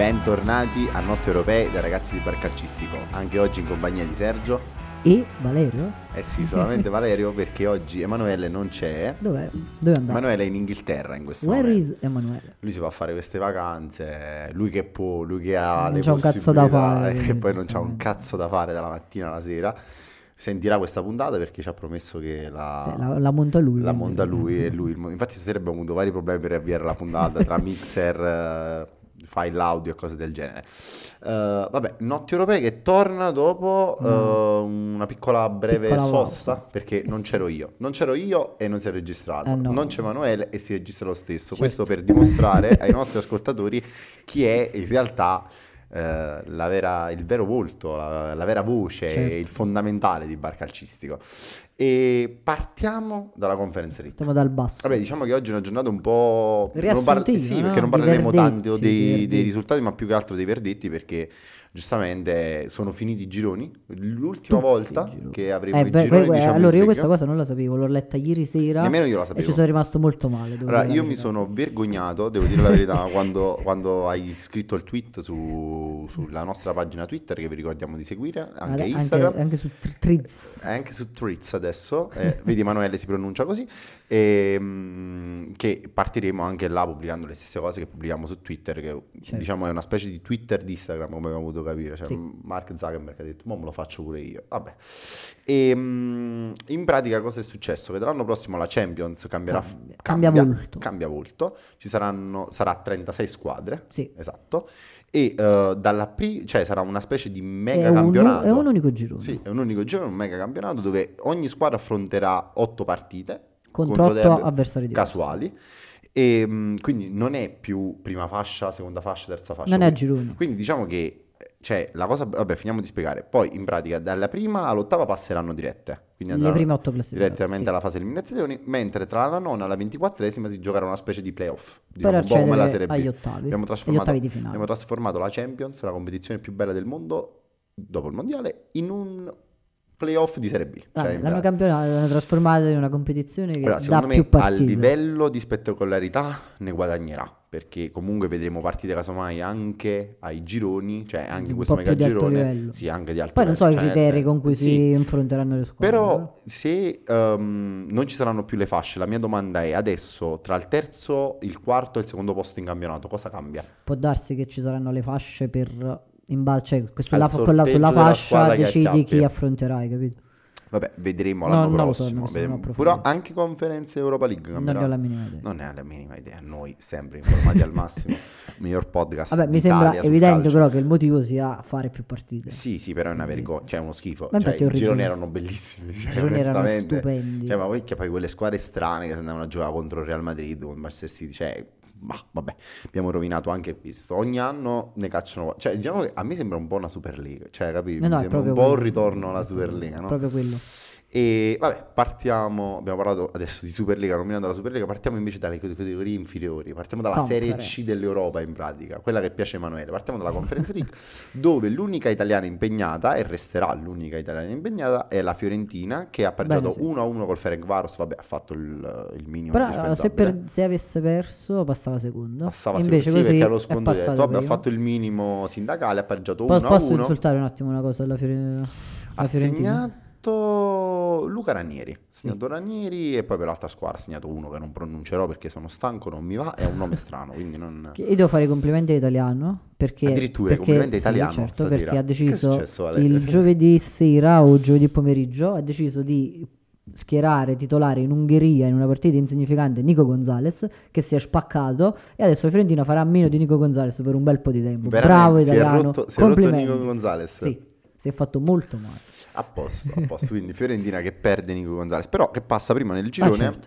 Bentornati a Notti Europei dai ragazzi di Bar Calcistico. Anche oggi in compagnia di Sergio e Valerio? Eh sì, solamente Valerio, perché oggi Emanuele non c'è. Dove è andato? Emanuele è in Inghilterra in questo Where momento. is Emanuele? Lui si va a fare queste vacanze, lui che può, lui che ha Non le c'ha un cazzo da fare, e poi non c'ha un giustamente. cazzo da fare dalla mattina alla sera. Sentirà questa puntata perché ci ha promesso che La monta lui. la quindi. monta lui e lui. Infatti stasera abbiamo avuto vari problemi per avviare la puntata tra mixer, file audio e cose del genere. Vabbè, Notti Europei che torna dopo una piccola breve Piccola sosta pausa. perché non c'ero io. Non c'ero io e non si è registrato. No. Non c'è Emanuele e si registra lo stesso. Certo. Questo per dimostrare ai nostri ascoltatori chi è in realtà il vero volto, la vera voce, Certo. il fondamentale di Bar Calcistico. E partiamo dalla Conference League. Stiamo dal basso. Vabbè, diciamo che oggi è una giornata un po'... Riassuntiva, sì, no? perché non Dei parleremo verdetti, tanto dei dei verdetti. risultati, ma più che altro dei verdetti, perché giustamente sono finiti i gironi. L'ultima volta che avremo i gironi di Champions Allora, io League. questa cosa non la sapevo, l'ho letta ieri sera. Nemmeno io la E sapevo. ci sono rimasto molto male. devo Allora, dire la io mi verità. sono vergognato, devo dire la verità, quando hai scritto il tweet sulla nostra pagina Twitter, che vi ricordiamo di seguire, anche Instagram. Anche su Threads. Anche su Threads adesso, vedi Emanuele si pronuncia così, che partiremo anche là pubblicando le stesse cose che pubblichiamo su Twitter, che Certo. diciamo è una specie di Twitter di Instagram, come abbiamo avuto capire, cioè Sì. Mark Zuckerberg ha detto, ma me lo faccio pure io, vabbè. E in pratica cosa è successo? Che dall'anno prossimo la Champions Cambia molto. cambia volto, sarà 36 squadre, Sì. esatto, e cioè sarà una specie di È mega un campionato. unico girone. Sì, è un unico giro, un mega campionato dove ogni squadra affronterà 8 partite Contro 8 delle avversari diversi. casuali e quindi non è più prima fascia, seconda fascia, terza fascia. Non è a gironi. Quindi diciamo che cioè, la cosa, vabbè, finiamo di spiegare. Poi in pratica dalla prima all'ottava passeranno dirette. Quindi Le andranno prime 8 classificate. direttamente sì. alla fase eliminazioni, mentre tra la nona e la 24esima si giocherà una specie di playoff. Per Diciamo un po' come la accedere Serie B. agli ottavi. Abbiamo Agli trasformato, ottavi di finale. abbiamo trasformato la Champions, la competizione più bella del mondo dopo il mondiale, in un playoff di Serie B. Cioè, L'hanno trasformata in una competizione che allora, dà secondo più me a partite. livello di spettacolarità ne guadagnerà, perché comunque vedremo partite casomai anche ai gironi, cioè anche in Un questo po' più di alto megagirone, livello. sì, anche di alto Poi non so i livello, cioè, criteri con cui sì. si infronteranno le squadre. Però se non ci saranno più le fasce, la mia domanda è adesso tra il terzo, il quarto e il secondo posto in campionato, cosa cambia? Può darsi che ci saranno le fasce per in base, cioè Al sulla sorteggio della fascia squadra che decidi acchiappi. chi affronterai, capito? Vabbè, vedremo No, l'anno non lo so, prossimo. non so, vedremo. non approfondito. Però anche Conference Europa League Non cambierà. ne ho la minima idea. Non ne ha la minima idea, noi sempre informati al massimo, miglior podcast Vabbè, mi d'Italia sembra sul evidente calcio. però che il motivo sia fare più partite. Sì, però è una vergogna, cioè è uno schifo. Ma Cioè, infatti è i gironi orribile. erano bellissimi, cioè, I gironi erano onestamente. stupendi. Cioè, ma poi che poi quelle squadre strane che si andavano a giocare contro il Real Madrid, con Manchester City, cioè, ma vabbè, abbiamo rovinato anche questo. Ogni anno ne cacciano, cioè, diciamo che a me sembra un po' una Superlega, cioè, capito? No, Mi è sembra un proprio po' un quello. ritorno alla Superlega, no? Proprio quello. E vabbè, partiamo, abbiamo parlato adesso di Superlega, nominando la Superlega, partiamo invece dalle categorie inferiori, partiamo dalla Serie C dell'Europa in pratica, quella che piace a Emanuele, partiamo dalla Conference League, dove l'unica italiana impegnata, e resterà l'unica italiana impegnata, è la Fiorentina, che ha pareggiato Bene, sì. 1-1 col Ferencváros, vabbè, ha fatto il minimo Però indispensabile. se avesse perso passava secondo. Passava Invece sì, perché così allo è sconto diretto, passato vabbè, ha prima. fatto il minimo sindacale, ha pareggiato Posso 1-1. insultare un attimo una cosa alla Fiorentina? Ha segnato Luca Ranieri, ha segnato Ranieri e poi per l'altra squadra ha segnato uno che non pronuncerò perché sono stanco, non mi va, è un nome strano, quindi non... Io devo fare i complimenti all'italiano perché Addirittura i complimenti all'italiano sì, certo, stasera. perché ha Che è deciso successo, Valerio? il giovedì sera o giovedì pomeriggio ha deciso di schierare titolare in Ungheria in una partita insignificante Nico Gonzalez, che si è spaccato, e adesso la Fiorentina farà a meno di Nico Gonzalez per un bel po' di tempo. Veramente, Bravo si è italiano, rotto complimenti. Nico Gonzalez. Sì, si è fatto molto male. A posto, quindi Fiorentina che perde Nico Gonzalez, però che passa prima nel girone. certo.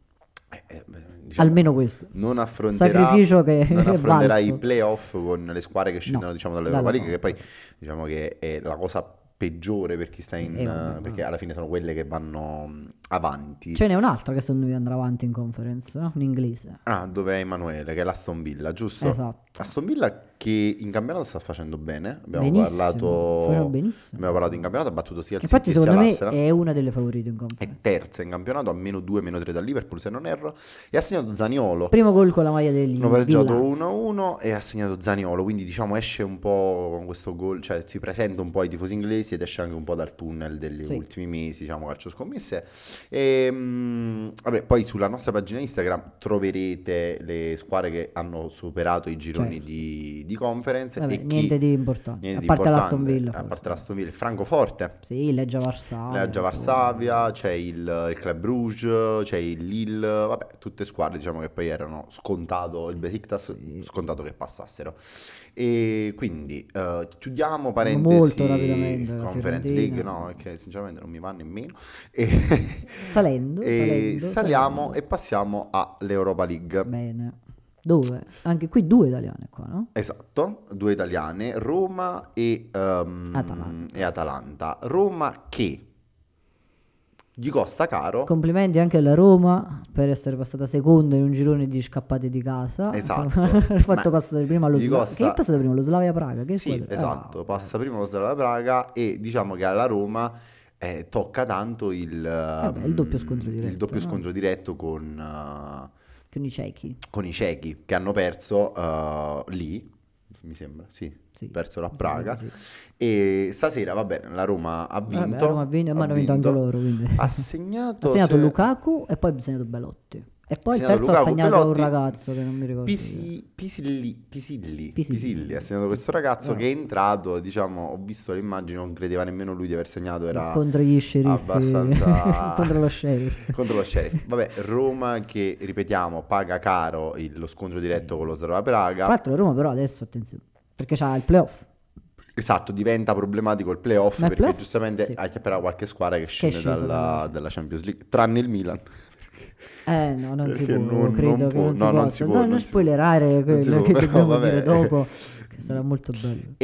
Diciamo, Almeno questo. non affronterà, Sacrificio che non è affronterà valso. i playoff con le squadre che scendono, No, diciamo, dall'Europa dalla League, che poi diciamo che è la cosa peggiore per chi sta in vabbè, perché alla fine sono quelle che vanno avanti. Ce n'è un'altra che secondo me andrà avanti in conference, no? In inglese. Dove è Emanuele, che è l'Aston Villa, giusto? Esatto. Aston Villa che in campionato sta facendo bene, abbiamo Benissimo, parlato, faceva benissimo. abbiamo parlato in campionato, ha battuto sia il Infatti City sia secondo me l'Arsenal, è una delle favorite in è conference. terza in campionato a -2, -3 dal Liverpool se non erro, e ha segnato Zaniolo. Primo gol con la maglia del Hanno pareggiato Villas. 1-1 e ha segnato Zaniolo, quindi diciamo esce un po' con questo gol, cioè si presenta un po' ai tifosi inglesi ed esce anche un po' dal tunnel degli Sì. ultimi mesi, diciamo calcio scommesse. E, vabbè, poi sulla nostra pagina Instagram troverete le squadre che hanno superato i gironi Certo. di conference Vabbè, e chi... niente di importante. niente A di parte importante, l'Aston Villa. a forse. parte l'Aston Villa, il Francoforte. Sì, Legia Varsavia. Legia Varsavia, c'è il Club Brugge, c'è il Lille, vabbè, tutte squadre diciamo che poi erano scontato, il Besiktas scontato che passassero. E quindi chiudiamo parentesi Molto rapidamente la Conference Fiorentina. League, no, che sinceramente non mi va nemmeno. E, Salendo, e salendo, saliamo salendo. e passiamo all'Europa League. Bene. Dove? Anche qui 2 italiane qua, no? Esatto, 2 italiane, Roma e Atalanta. Roma che gli costa caro. Complimenti anche alla Roma per essere passata seconda in un girone di scappate di casa. Esatto. Ha fatto Ma passare prima lo gli Slavia. costa- Che è passato prima? Lo Slavia Praga? Che Sì, squadra? esatto, passa prima lo Slavia Praga e diciamo che alla Roma tocca tanto il doppio scontro diretto, il doppio no? scontro diretto con i cechi. i cechi che hanno perso lì, mi sembra, sì, Sì, perso a mi sembra Praga. di E stasera va bene, la Roma ha vinto, Vabbè, la Roma ha vinto, ma hanno vinto anche loro. Quindi. ha segnato, Ha segnato se- Lukaku e poi ha segnato Belotti. E poi il segnato terzo ha Lukaku, segnato un Belotti, ragazzo che non mi ricordo. Pisilli, ha segnato questo ragazzo che è entrato, diciamo, ho visto le immagini, non credeva nemmeno lui di aver segnato, era contro gli sceriffi. abbastanza contro lo sheriff. contro lo Sheriff. Vabbè, Roma che, ripetiamo, paga caro lo scontro diretto con lo Slavia Praga. Tra l'altro Roma però adesso attenzione, perché c'ha il playoff. Esatto, diventa problematico il playoff Ma il perché playoff? giustamente Sì. hai che però qualche squadra che scende scesa dalla Champions League, tranne il Milan. No, non si Perché può, credo che può, non si no, possa. non si può, No, non non si può. spoilerare Non si quello può, che però dobbiamo vabbè. dire dopo, che sarà molto bello.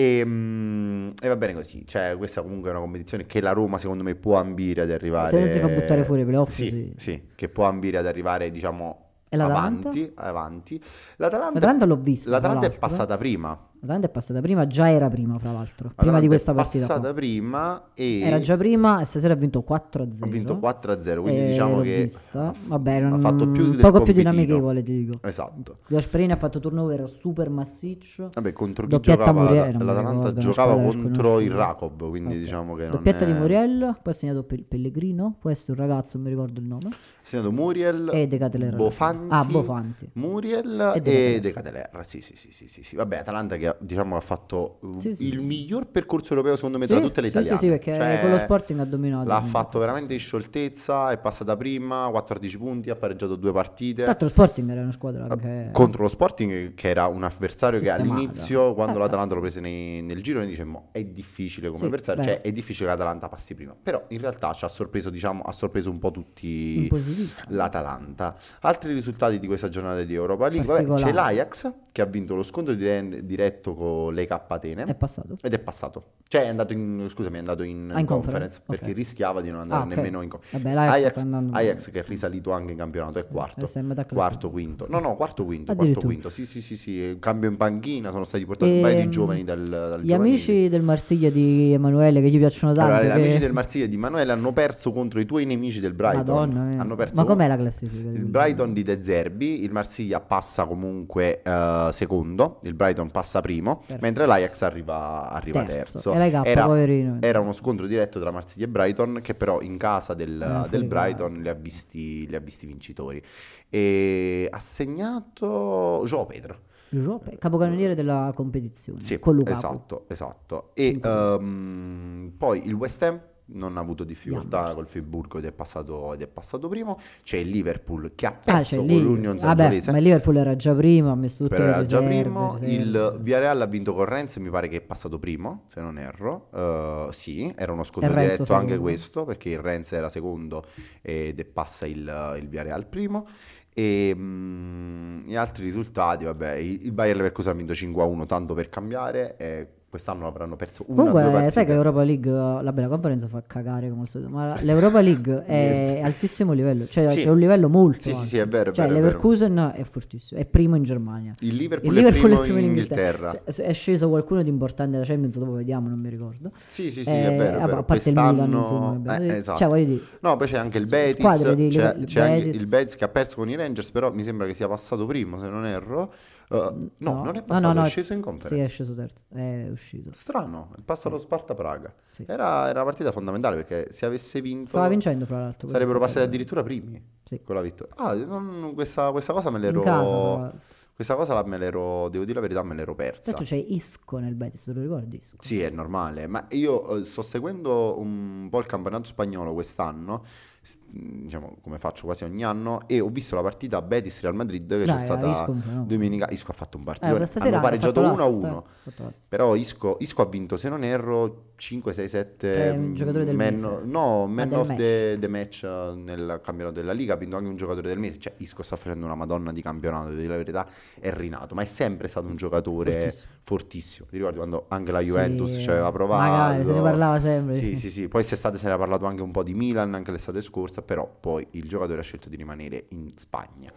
E va bene così, cioè questa comunque è una competizione che la Roma secondo me può ambire ad arrivare. Se non si fa buttare fuori i playoff, sì, sì. sì, che può ambire ad arrivare diciamo E l'Atalanta? avanti. L'Atalanta l'ho vista, L'Atalanta tra è l'altro. passata prima. L'Atalanta è passata prima, già era prima fra l'altro, prima L'Atalanta di questa è partita passata qua. prima e Era già prima e stasera ha vinto 4-0. ha vinto 4-0, quindi diciamo l'ho che vista. Vabbè, ha fatto più del poco più compitino. dinamichevole, ti dico. Esatto. Gasperini ha fatto turnover super massiccio. Vabbè, contro chi Doppietta giocava Muriel, non mi l'Atalanta ricordo, una giocava squadra contro il sconosciuta. Rakov, quindi Ok. diciamo che non Doppietta di è... Muriel, poi ha segnato Pellegrino, può essere un ragazzo, non mi ricordo il nome. Ha segnato Muriel, E De Ketelaere. Bofanti. Muriel E De e Ketelaere. De Ketelaere. Sì. Vabbè, Atalanta che diciamo ha fatto Sì, sì. il miglior percorso europeo secondo me tra tutte le italiane. Sì, perché Cioè, con lo Sporting ha dominato. l'ha quindi. fatto veramente in scioltezza, è passata prima, 14 punti, ha pareggiato 2 partite. Tra l'altro lo Sporting era una squadra che... Contro lo Sporting che era un avversario che Sistemata. all'inizio quando l'Atalanta lo prese nel giro ne dicemmo è difficile come Sì, avversario, vero. cioè è difficile che l'Atalanta passi prima, però in realtà ci ha sorpreso, diciamo, ha sorpreso un po' tutti in positivo. l'Atalanta. Altri risultati di questa giornata di Europa League, vabbè, c'è Particolari. l'Ajax che ha vinto lo scontro diretto con le K Atene È passato. ed è passato, cioè è andato in in conference conference, perché ok. rischiava di non andare ok. nemmeno in conference. Vabbè, l'Ajax sta andando bene. Ajax che è risalito anche in campionato, è quarto. Adesso è a metà Quarto, quinto. No, quarto, quinto. Addirittura. Sì. Cambio in panchina, sono stati portati un paio di giovani dal Gli giovanile. amici del Marsiglia di Emanuele che gli piacciono tanto. Allora, gli che- amici del Marsiglia di Manuele hanno perso contro i tuoi nemici del Brighton. Madonna mia. Hanno perso Ma com'è la classifica? il Brighton di De Zerbi, il Marsiglia passa comunque secondo, il Brighton passa primo, Perfetto. mentre l'Ajax arriva terzo. E l'Ajax, poverino. Era uno scontro diretto tra Marsiglia e Brighton che però in casa del fuori Brighton casa. li ha visti vincitori. E ha segnato João Pedro. Giuseppe, capocannoniere della competizione. Sì, con Lukaku. esatto. E poi il West Ham non ha avuto difficoltà Yanders. col Friburgo ed è passato primo. C'è il Liverpool che ha C'è perso con lì. l'Union Vabbè, Sangiolese. ma il Liverpool era già primo, ha messo tutte Però le era già riserve, primo. riserve. Il Villarreal ha vinto con Rennes, mi pare che è passato primo, se non erro. Sì, era uno scontro E Rennes diretto anche secondo. questo, perché il Rennes era secondo ed passa il Villarreal primo. E gli altri risultati, vabbè, il Bayer Leverkusen ha vinto 5-1, tanto per cambiare. quest'anno avranno perso una o due Comunque, partite. sai che l'Europa League, la bella conferenza fa cagare come al solito, ma l'Europa League è altissimo livello, cioè Sì. c'è un livello molto Sì, alto. sì, è vero, è Cioè vero, è vero. Leverkusen è fortissimo, è primo in Germania. Il Liverpool è primo in Inghilterra. Cioè, è sceso qualcuno di importante da Champions, dopo vediamo, non mi ricordo. Sì, è vero, è vero. A parte il Milan, insomma, Quest'anno abbiamo detto. esatto. Cioè, voglio dire, No, poi c'è anche il Betis, squadre di c'è anche Betis. il Betis che ha perso con i Rangers, però mi sembra che sia passato primo, se non erro. No, non è passato, è sceso in Sì, conference. è sceso terzo, è uscito. Strano, è passato Sparta Praga. Sì. Era una partita fondamentale perché se avesse vinto Stava vincendo, fra l'altro. sarebbero passati addirittura primi Sì. con la vittoria. Questa cosa me l'ero In casa, fra l'altro. questa cosa me l'ero, devo dire la verità, me l'ero persa. Certo, c'è Isco nel Betis, te lo ricordi Isco? Sì, è normale, ma io sto seguendo un po' il campionato spagnolo quest'anno, diciamo come faccio quasi ogni anno, e ho visto la partita Betis-Real Madrid che c'è stata Isco un fenomeno. domenica. Isco ha fatto un partitone, stasera hanno pareggiato hanno fatto 1-1, fatto l'assist. però Isco ha vinto, se non erro, 5, 6, 7 giocatore del mese. man del of match. the match nel campionato della Liga, ha vinto anche un giocatore del mese. Cioè Isco sta facendo una madonna di campionato, devo dire la verità, è rinato, ma è sempre stato un giocatore fortissimo. Ti ricordi quando anche la Juventus Sì, ci aveva provato? magari, se ne parlava sempre. Sì, poi quest'estate se ne era parlato anche un po' di Milan, anche l'estate scorsa, però poi il giocatore ha scelto di rimanere in Spagna.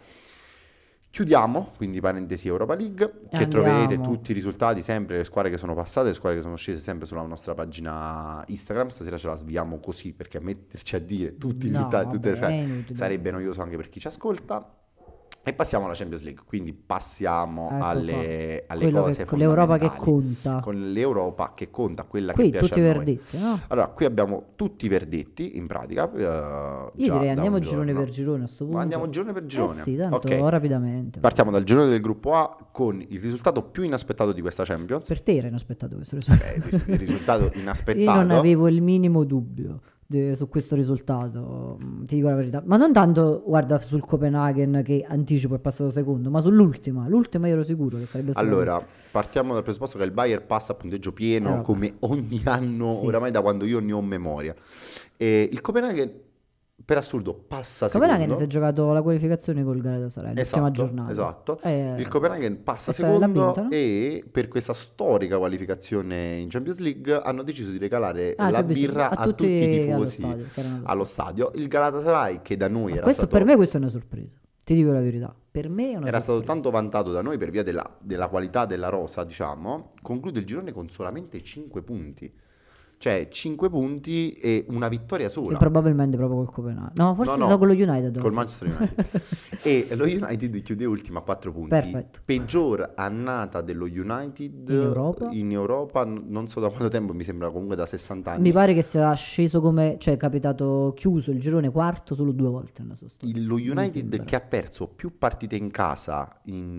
Chiudiamo, quindi parentesi Europa League, che troverete tutti i risultati, sempre le squadre che sono passate, le squadre che sono scese sempre sulla nostra pagina Instagram. Stasera ce la sviamo così perché metterci a dire tutti i risultati, sarebbe noioso anche per chi ci ascolta. E passiamo alla Champions League, quindi passiamo alle cose con l'Europa che fondamentali. conta. Con l'Europa che conta, quella Qui che piace tutti a i noi. verdetti, no? Allora, qui abbiamo tutti i verdetti, in pratica. Io direi andiamo girone per girone a sto punto. Andiamo girone per girone. Sì, tanto Ok. rapidamente. Partiamo dal girone del gruppo A con il risultato più inaspettato di questa Champions. Per te era inaspettato questo risultato. Il risultato inaspettato. Io non avevo il minimo dubbio su questo risultato, ti dico la verità. Ma non tanto, guarda, sul Copenaghen che anticipo è passato secondo, ma sull'ultima. L'ultima io ero sicuro che sarebbe stato. Allora, partiamo dal presupposto che il Bayern passa a punteggio pieno come ogni anno, Sì. oramai da quando io ne ho memoria. E il Copenaghen, per assurdo, passa Copenaghen secondo. si è giocato la qualificazione col Galatasaray, l'ultima giornata. Esatto. Il Copenaghen passa l'ha vinta, secondo, no? e per questa storica qualificazione in Champions League hanno deciso di regalare la sì, ho visto, birra a tutti i tifosi allo stadio, che erano allo stadio. Il Galatasaray, che da noi era questo, stato... per me questa è una sorpresa, ti dico la verità. Per me è una Era stato sorpresa. tanto vantato da noi per via della qualità della rosa, diciamo. Conclude il girone con solamente 5 punti. Cioè 5 punti e una vittoria sola. Sì, probabilmente proprio col Copenaghen. No, forse No, so con lo United. Col Manchester United. E lo United chiude ultimo a 4 punti. Perfetto. Peggior annata dello United in Europa, non so da quanto tempo, mi sembra comunque da 60 anni. Mi pare che sia sceso come, cioè è capitato chiuso il girone quarto solo 2 volte nella sua storia. Lo United che ha perso più partite in casa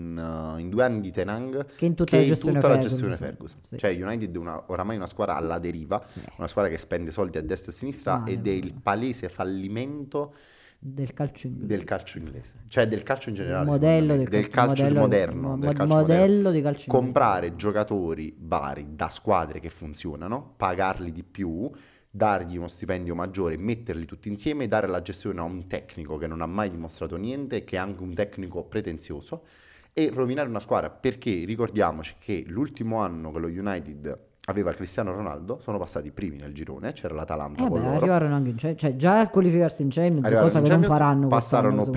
in 2 anni di Ten Hag che in tutta la gestione Ferguson. Sì. Cioè United è oramai una squadra alla deriva, una squadra che spende soldi a destra e a sinistra ed è il palese fallimento del calcio inglese, cioè del calcio in generale, del calcio moderno, modello di calcio comprare inglese. Giocatori vari da squadre che funzionano, pagarli di più, dargli uno stipendio maggiore, metterli tutti insieme, dare la gestione a un tecnico che non ha mai dimostrato niente, che è anche un tecnico pretenzioso, e rovinare una squadra, perché ricordiamoci che l'ultimo anno che lo United aveva Cristiano Ronaldo, sono passati primi nel girone, c'era l'Atalanta con loro. Arrivarono anche cioè già qualificarsi in Champions, cosa che non faranno. Passarono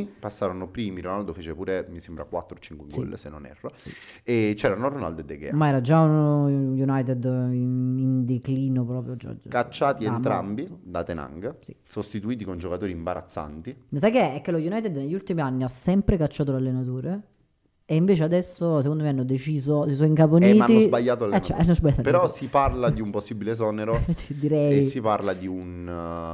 primi, Ronaldo fece pure, mi sembra, 4 o 5 gol, se non erro, e c'erano Ronaldo e De Gea. Ma era già un United in declino proprio. Cacciati entrambi da Ten Hag, sostituiti con giocatori imbarazzanti. Sai che è che lo United negli ultimi anni ha sempre cacciato l'allenatore. E invece adesso, secondo me, hanno deciso, si sono incaponiti. Ma hanno sbagliato hanno sbagliato. Però si parla di un possibile esonero direi. e si parla di un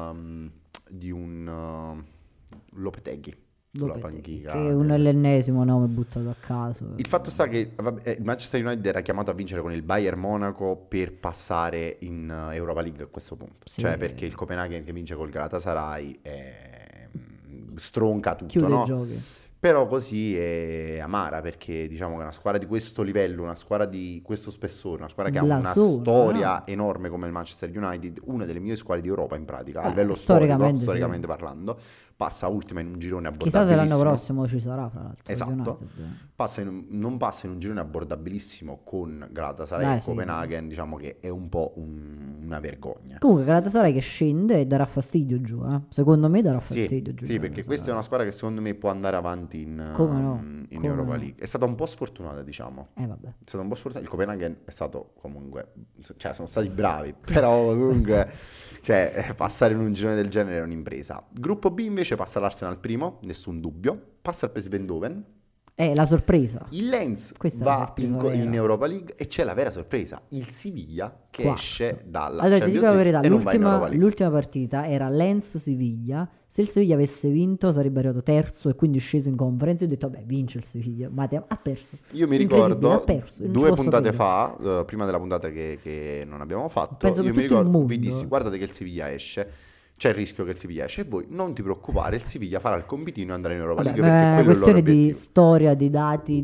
Lopetegui sulla panchina. Che è l'ennesimo nome buttato a caso. Il fatto sta che il Manchester United era chiamato a vincere con il Bayern Monaco per passare in Europa League a questo punto. Sì. Cioè perché il Copenaghen che vince col Galatasaray stronca tutto, chiude no? i giochi. Però così è amara, perché diciamo che una squadra di questo livello, una squadra di questo spessore, una squadra che ha una Blasone, storia no? enorme come il Manchester United, una delle migliori squadre di Europa in pratica, a livello storico, Storicamente sì. storicamente parlando, passa ultima in un girone Chissà se l'anno abbordabilissimo. prossimo ci sarà, fra l'altro. Esatto, United. non passa in un girone abbordabilissimo con Galatasaray Dai, e sì. Copenaghen, diciamo che è un po' una vergogna. Comunque Galatasaray che scende e darà fastidio giù, Secondo me darà fastidio giù. Sì, perché questa è una squadra che secondo me può andare avanti in, Come no? in Come Europa no? League. È stata un po' sfortunata, diciamo. Vabbè. È stato un po' sfortunato. Il Copenaghen è stato comunque, cioè sono stati bravi, però comunque, cioè, passare in un girone del genere è un'impresa. Gruppo B invece passa l'Arsenal primo, nessun dubbio. Passa il PSV Eindhoven. È la sorpresa. Il Lens Questa è la va sorpresa in vera. Europa League e c'è la vera sorpresa, il Siviglia che Quarto. esce dalla Allora, ti dico Champions la League verità, e non va in Europa League. l'ultima partita era Lens-Siviglia. Se il Siviglia avesse vinto sarebbe arrivato terzo e quindi sceso in conference. Io ho detto, vabbè, vince il Siviglia. Ma ha perso. Io mi Incredibile, ricordo ha perso. Non ci due posso puntate credere. fa, prima della puntata che non abbiamo fatto, Penso che io mi tutto il ricordo, mondo- vi dissi, guardate che il Siviglia esce, c'è il rischio che il Siviglia esce e voi non ti preoccupare, il Siviglia farà il compitino e andrà in Europa Vabbè, League perché ma è una quello è il loro questione di obiettivo. storia, di dati,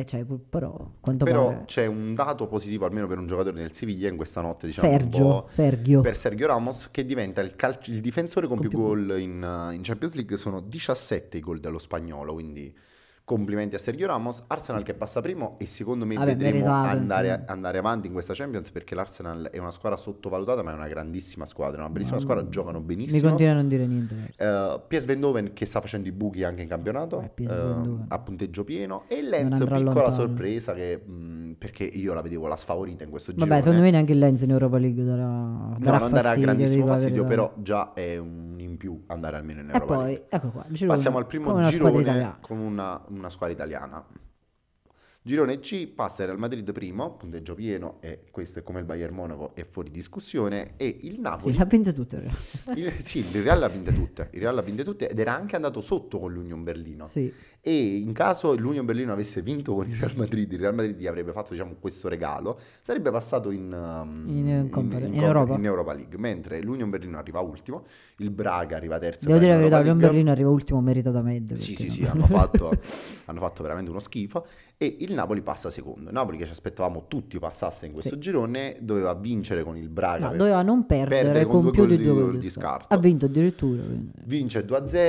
però quanto Però pare c'è un dato positivo almeno per un giocatore del Siviglia in questa notte, diciamo un po' Sergio. per Sergio Ramos, che diventa il difensore con più gol in Champions League. Sono 17 i gol dello spagnolo, quindi complimenti a Sergio Ramos. Arsenal che passa primo e secondo me Vabbè, vedremo meritato, insomma. andare avanti in questa Champions, perché l'Arsenal è una squadra sottovalutata ma è una grandissima squadra, è una bellissima squadra, giocano Mi benissimo. continua a non dire niente. PSV Eindhoven che sta facendo i buchi anche in campionato, PSV Eindhoven. a punteggio pieno, e Lens andrà piccola lontano. sorpresa che, perché io la vedevo la sfavorita in questo Vabbè, girone. secondo me neanche il Lens in Europa League darà No, non darà fastidio, grandissimo dico la fastidio, verità. però già è un in più andare almeno in E Europa poi, League. ecco qua, Passiamo al primo come una squadra girone italiana. con una squadra italiana. Girone C passa il Real Madrid primo, punteggio pieno, e questo è come il Bayern Monaco, è fuori discussione, e il Sì, Napoli... l'ha vinte tutte. Sì, il Real ha vinte tutte, il Real ha vinte tutte ed era anche andato sotto con l'Union Berlino. Sì. E in caso l'Union Berlino avesse vinto con il Real Madrid gli avrebbe fatto, diciamo, questo regalo, sarebbe passato in Europa League, mentre l'Union Berlino arriva ultimo, il Braga arriva terzo. Devo e va dire la in verità, Europa l'Union League. Berlino arriva ultimo meritatamente. Sì, perché sì, no? hanno fatto veramente uno schifo, e il Napoli passa secondo. Napoli, che ci aspettavamo tutti passasse in questo girone, doveva vincere con il Braga, No, doveva non perdere con due più gol di 2 gol di di scarto. scarto. Ha vinto addirittura. quindi. Vince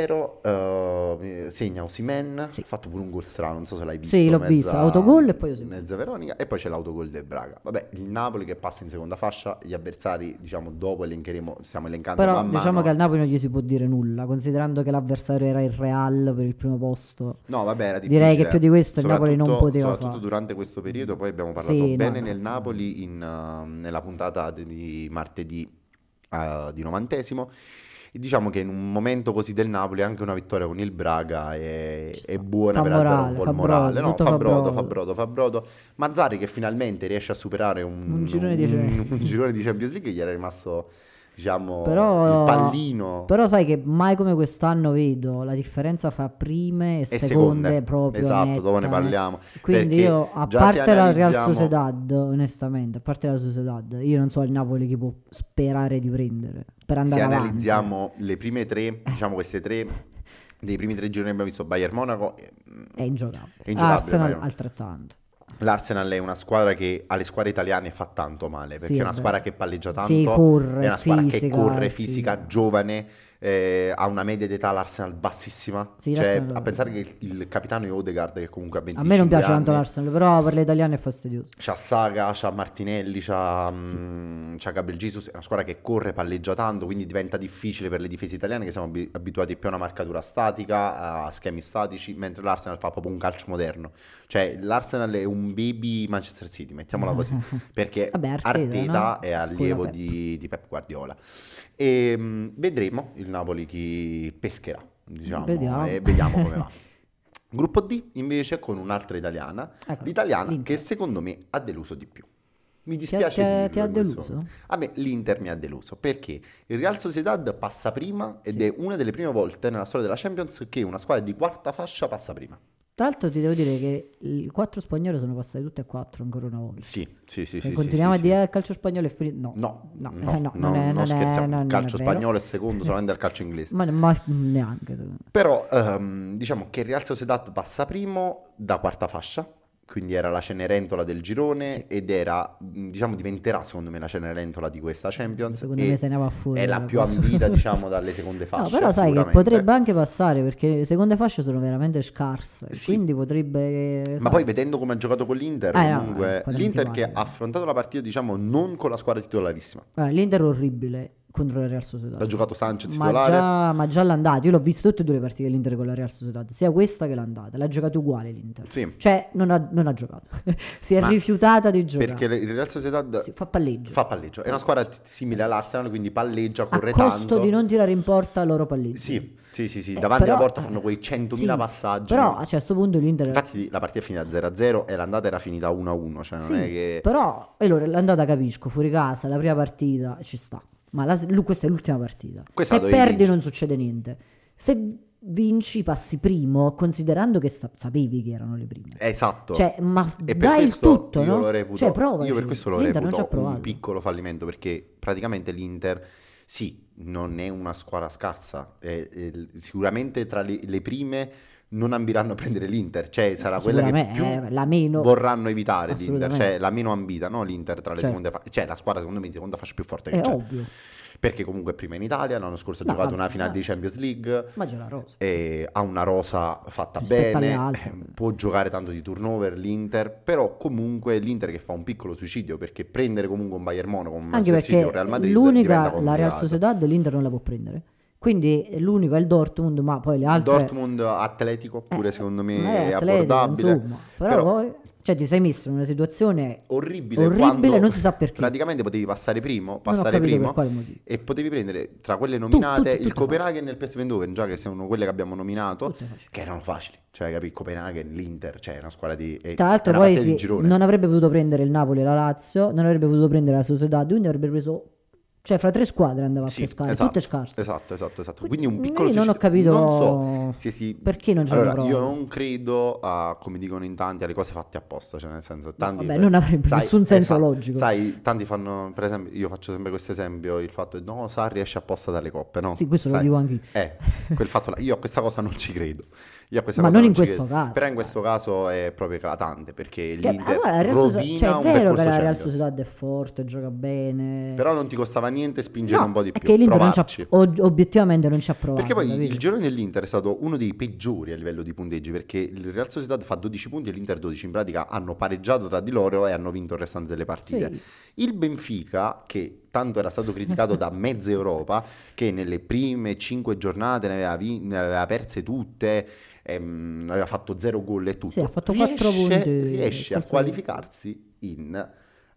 2-0, segna Osimhen, Sì. ha fatto pure un gol strano, non so se l'hai visto. Sì, l'ho visto, autogol e poi Osimhen. Mezza Veronica, e poi c'è l'autogol del Braga. Vabbè, il Napoli che passa in seconda fascia, gli avversari, diciamo, dopo elencheremo, stiamo elencando Però man diciamo mano. che al Napoli non gli si può dire nulla, considerando che l'avversario era il Real per il primo posto. No, vabbè, era difficile. Direi che più di questo il Napoli non poteva soprattutto fare. durante questo periodo, poi abbiamo parlato Sì, bene no. nel Napoli nella puntata di martedì di 90esimo. E diciamo che in un momento così del Napoli anche una vittoria con il Braga è buona Fa per alzare morale, un po' fa il morale. brodo, No, tutto fa brodo. Mazzarri che finalmente riesce a superare Un girone di un girone di Champions League, gli era rimasto, diciamo, Però, il pallino. però sai che mai come quest'anno vedo la differenza fra prime e seconde proprio Esatto, netta, dopo ne parliamo. Quindi Perché io, a già se parte la Real analizziamo- Sociedad, onestamente, a parte la Sociedad, io non so il Napoli che può sperare di prendere per Se andare avanti. analizziamo le prime tre, diciamo queste tre, dei primi tre gironi abbiamo visto Bayern Monaco, È ingiocabile. È ingiocabile, Arsenal Bayern. altrettanto. l'Arsenal è una squadra che alle squadre italiane fa tanto male, perché Sì, è una è squadra vero. che palleggia tanto, Sì, corre, è una squadra che fisica, corre, sì. fisica, giovane, ha una media d'età l'Arsenal bassissima, Sì, cioè l'Arsenal- a pensare che il capitano è Odegaard, che comunque ha A 25 me non piace anni, tanto l'Arsenal, però per le italiane è fastidioso. c'ha Saga, c'ha Martinelli, c'ha Gabriel Jesus, è una squadra che corre, palleggia tanto, quindi diventa difficile per le difese italiane, che siamo abituati più a una marcatura statica, a schemi statici, mentre l'Arsenal fa proprio un calcio moderno. Cioè l'Arsenal è un baby Manchester City, mettiamola così, perché Vabbè, Arteta, Arteta no? è Scuola allievo Pep. di Pep Guardiola. E vedremo il Napoli chi pescherà, diciamo, Vediamo. e vediamo come va. Gruppo D invece con un'altra italiana, Ecco, l'italiana l'Inter. che secondo me ha deluso di più. Mi dispiace dirlo ti ha in questo deluso? momento. A me l'Inter mi ha deluso perché il Real Sociedad passa prima ed è una delle prime volte nella storia della Champions che una squadra di quarta fascia passa prima. Tra l'altro ti devo dire che i 4 spagnoli sono passati tutte e 4 ancora una volta. Sì. Continuiamo a dire il calcio spagnolo è finito. No, non scherziamo. Il calcio è vero. spagnolo è secondo solamente al calcio inglese. Ma neanche. Secondo me. Però diciamo che il Real Sociedad passa primo da quarta fascia, quindi era la Cenerentola del girone ed era, diciamo, diventerà secondo me la Cenerentola di questa Champions. Secondo me se ne va fuori. È la più ambita, diciamo, dalle seconde fasce. No, però sai che potrebbe anche passare perché le seconde fasce sono veramente scarse. Sì. Quindi potrebbe. Ma poi vedendo come ha giocato con l'Inter, comunque, l'Inter che ha affrontato la partita, diciamo, non con la squadra titolarissima. L'Inter è orribile contro la Real Sociedad. Ha giocato Sanchez titolare. Ma già l'andata, io l'ho visto tutte e due le partite dell'Inter con la Real Sociedad, sia questa che l'andata, l'ha giocato uguale l'Inter. Sì. Cioè non ha giocato, si è rifiutata di giocare. Perché il Real Sociedad fa palleggio. È una squadra simile all'Arsenal, quindi palleggia, corre a costo tanto. di non tirare in porta loro palleggi. Sì. Davanti alla porta fanno quei 100.000 passaggi. Però no? a questo punto l'Inter. Infatti la partita è finita 0-0 e l'andata era finita 1-1. Cioè non è che. Però allora l'andata capisco, fuori casa, la prima partita ci sta. Ma questa è l'ultima partita. Se perdi non succede niente. Se vinci passi primo, considerando che sapevi che erano le prime. Esatto. Cioè, ma e dai il tutto, io no? lo reputo, cioè, provaci. io per questo lo L'Inter reputo un piccolo fallimento, perché praticamente l'Inter non è una squadra scarsa, sicuramente tra le prime non ambiranno a prendere l'Inter, cioè sarà quella che più la meno vorranno evitare l'Inter, cioè la meno ambita, no? L'Inter tra le seconde fasce, cioè la squadra secondo me in seconda fascia più forte che c'è. Ovvio. Perché comunque è prima in Italia, l'anno scorso ha giocato una finale di Champions League, ma c'è la rosa. Ha una rosa fatta rispetto bene, può giocare tanto di turnover l'Inter, però comunque l'Inter che fa un piccolo suicidio, perché prendere comunque un Bayern Monaco, un Manchester City o Real Madrid l'unica, la Real Sociedad l'Inter non la può prendere. Quindi l'unico è il Dortmund, ma poi le altre. Dortmund Atletico pure secondo me è abbordabile. Insomma, però poi ti sei messo in una situazione orribile non si sa perché. Praticamente potevi passare primo e potevi prendere tra quelle nominate il Copenaghen e il PSV Eindhoven, già che sono quelle che abbiamo nominato, che erano facili. Cioè, capì, Copenaghen, l'Inter, cioè è una squadra di. Tra l'altro, poi non avrebbe potuto prendere il Napoli e la Lazio, non avrebbe potuto prendere la Sociedad, quindi avrebbe preso. Cioè, fra 3 squadre andava a pescare, tutte scarse. Esatto. Quindi un piccolo non ho capito. Non so perché non c'è allora, io non credo come dicono in tanti, alle cose fatte apposta. Cioè, nel senso, tanti. Non avrebbe nessun senso logico. Sai, tanti fanno, per esempio, io faccio sempre questo esempio: il fatto che no, Sarri esce apposta dalle coppe, no? Sì, questo lo dico anche io. Quel fatto là. Io a questa cosa non ci credo. Ma non in questo caso. Però in questo caso è proprio eclatante, perché l'Inter rovina un è vero che la Real Sociedad è forte, gioca bene. Però non ti costava niente spingere un po' di più. Che l'Inter obiettivamente non ci ha provato. Perché poi il girone dell'Inter è stato uno dei peggiori a livello di punteggi, perché il Real Sociedad fa 12 punti e l'Inter 12. In pratica hanno pareggiato tra di loro e hanno vinto il restante delle partite. Sì. Il Benfica, che tanto era stato criticato da mezza Europa, che nelle prime 5 giornate ne aveva perse tutte, aveva fatto 0 gol e tutto. Sì, ha fatto 4 punti. Riesce a qualificarsi in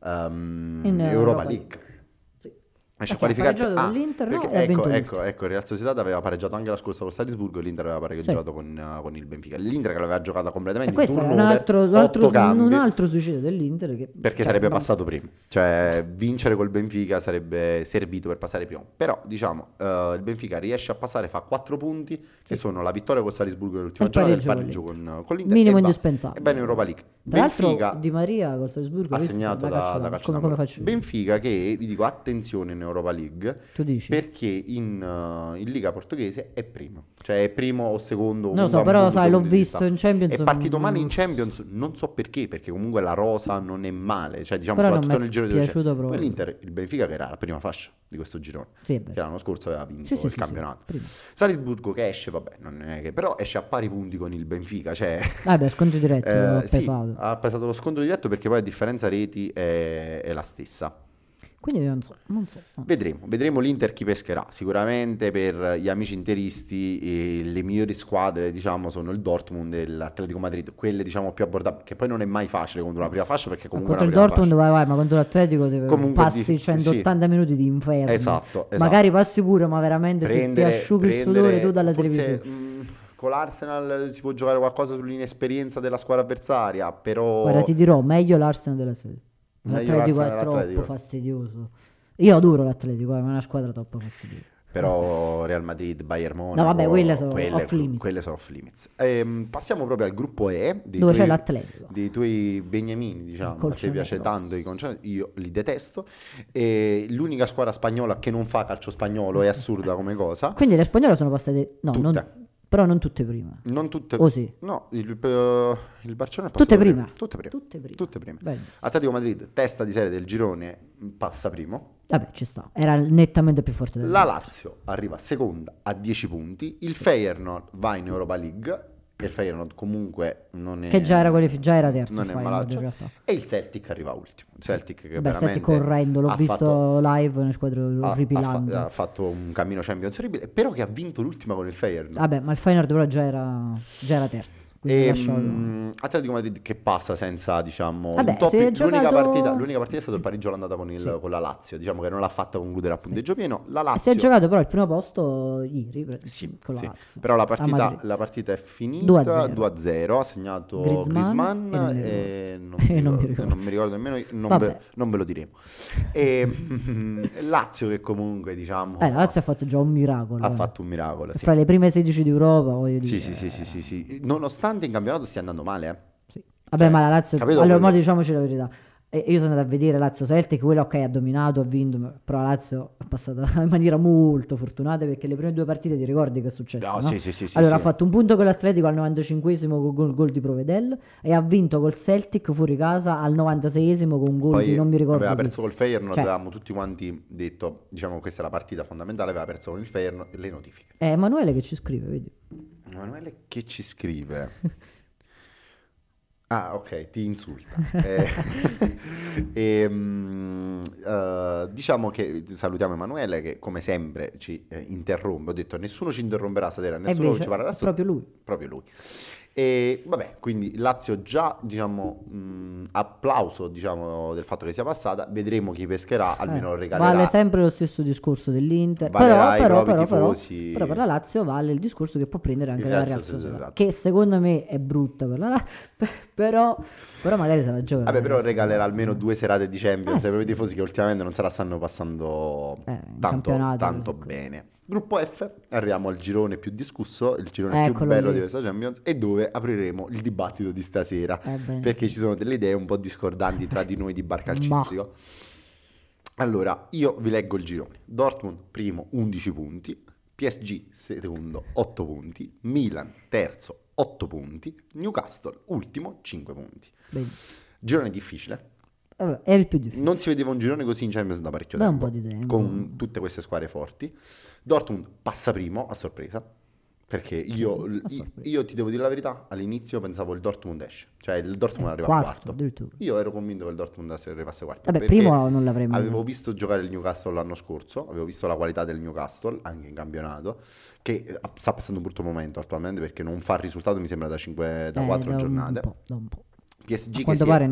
Europa League. Riesce a qualificarsi l'Inter, ecco, il Real Sociedad aveva pareggiato anche la scorsa con Salisburgo e l'Inter aveva pareggiato con il Benfica. L'Inter che l'aveva giocata completamente in turnover, un altro suicidio dell'Inter perché sarebbe passato primo, cioè vincere col Benfica sarebbe servito per passare primo. Però diciamo il Benfica riesce a passare, fa 4 punti che sono la vittoria con Salisburgo nell'ultima giornata e il pareggio con l'Inter, minimo indispensabile. E bene in Europa League. Tra l'altro Di Maria col Salisburgo ha segnato da calcio come faccio? Benfica che vi dico attenzione in Europa League, tu dici? perché in Liga portoghese è primo, cioè è primo o secondo. Non lo so, però sai, l'ho visto in Champions. È partito male in Champions, non so perché comunque la rosa non è male, cioè diciamo però soprattutto nel giro di poi l'Inter, il Benfica che era la prima fascia di questo girone, che l'anno scorso aveva vinto il campionato. Salisburgo che esce, vabbè, non è che però esce a pari punti con il Benfica, cioè sconto diretto ha pesato lo scontro diretto, perché poi a differenza reti è la stessa. Quindi non so. Vedremo l'Inter chi pescherà. Sicuramente per gli amici interisti le migliori squadre, diciamo, sono il Dortmund e l'Atletico Madrid, quelle diciamo più abbordabili, che poi non è mai facile contro la prima fascia, perché comunque contro il Dortmund vai, ma contro l'Atletico passi 180 minuti di inferno. Esatto. Magari passi pure, ma veramente ti asciughi il sudore tu dalla televisione. Con l'Arsenal si può giocare qualcosa sull'inesperienza della squadra avversaria, però guarda, ti dirò, meglio l'Arsenal della serie. L'Atletico è troppo fastidioso. Io adoro l'Atletico, ma è una squadra troppo fastidiosa. Però Real Madrid, Bayern Monaco, No, vabbè, quelle sono off limits. Quelle sono off limits. Passiamo proprio al gruppo E, dove c'è l'Atletico. dei tuoi beniamini, diciamo. A te piace tanto i conceneri, io li detesto. E l'unica squadra spagnola che non fa calcio spagnolo è assurda come cosa. Quindi le spagnole sono passate... No, Tutte. però non tutte prima. Non tutte. Oh sì. No, il Barcellona è passato Tutte prima. Tutte prime. Benissimo. Atletico Madrid, testa di serie del girone, passa primo. Vabbè, ci sta. Era nettamente più forte La Lazio arriva seconda a 10 punti. Il Feyenoord va in Europa League. E il Feyenoord comunque non è... Che già era terzo. Non è malaccio. E il Celtic arriva ultimo. Il Celtic che veramente... Celtic correndo, l'ho visto live nelle squadre orripilante. Ha fatto un cammino Champions orribile, però che ha vinto l'ultima con il Feyenoord. Vabbè, ma il Feyenoord però già era terzo. Atletico Madrid che passa senza, diciamo, vabbè, un top. L'unica partita è stato il pareggio all'andata con la Lazio, diciamo che non l'ha fatta concludere a punteggio pieno. La Lazio si è giocato però il primo posto ieri con la Lazio. Però la partita è finita 2-0, ha segnato Griezmann e non mi ricordo nemmeno, non ve lo diremo. E Lazio che comunque, diciamo, la Lazio ha fatto già un miracolo. Ha fatto un miracolo, fra le prime 16 d'Europa, voglio dire. Sì. Nonostante in campionato stia andando male, Sì. Vabbè, ma la Lazio, allora diciamoci la verità. Io sono andato a vedere Lazio Celtic, quello ha dominato, ha vinto, però la Lazio è passata in maniera molto fortunata, perché le prime due partite ti ricordi che è successo? No? Sì, allora ha fatto un punto con l'Atletico al 95esimo con gol di Provedel e ha vinto col Celtic fuori casa al 96esimo con un gol di non mi ricordo. Aveva perso col Feyenoord, avevamo tutti quanti detto, diciamo, questa è la partita fondamentale, aveva perso con il Feyenoord, le notifiche. Emanuele che ci scrive, vedi? Emanuele che ci scrive. Ah, ok, ti insulta. Diciamo che salutiamo Emanuele che come sempre ci interrompe. Ho detto nessuno ci interromperà stasera, nessuno ci parlerà. Proprio lui. E vabbè, quindi Lazio già, diciamo, applauso, diciamo, del fatto che sia passata. Vedremo chi pescherà, almeno regalerà. Vale sempre lo stesso discorso dell'Inter, però per la Lazio vale il discorso che può prendere anche la Real Sociedad, esatto. Che secondo me è brutta per la Lazio, però magari se la gioca. Vabbè, però regalerà almeno 2 serate di Champions ai propri tifosi che ultimamente non se la stanno passando tanto bene. Gruppo F, arriviamo al girone più discusso, il girone più bello di questa Champions, e dove apriremo il dibattito di stasera, perché ci sono delle idee un po' discordanti tra di noi di bar calcistico. Allora, io vi leggo il girone. Dortmund primo, 11 punti, PSG secondo, 8 punti, Milan terzo, 8 punti, Newcastle ultimo, 5 punti. Girone difficile. È il più difficile. Non si vedeva un girone così in Champions da parecchio tempo, un po' di tempo, con tutte queste squadre forti. Dortmund passa primo a sorpresa, perché io ti devo dire la verità, all'inizio pensavo il Dortmund esce, cioè il Dortmund arriva quarto. Io ero convinto che il Dortmund arrivasse quarto. Vabbè, primo non l'avremmo. Avevo visto giocare il Newcastle l'anno scorso, avevo visto la qualità del Newcastle anche in campionato, che sta passando un brutto momento attualmente perché non fa il risultato, mi sembra, da 4 giornate. Da un po'. PSG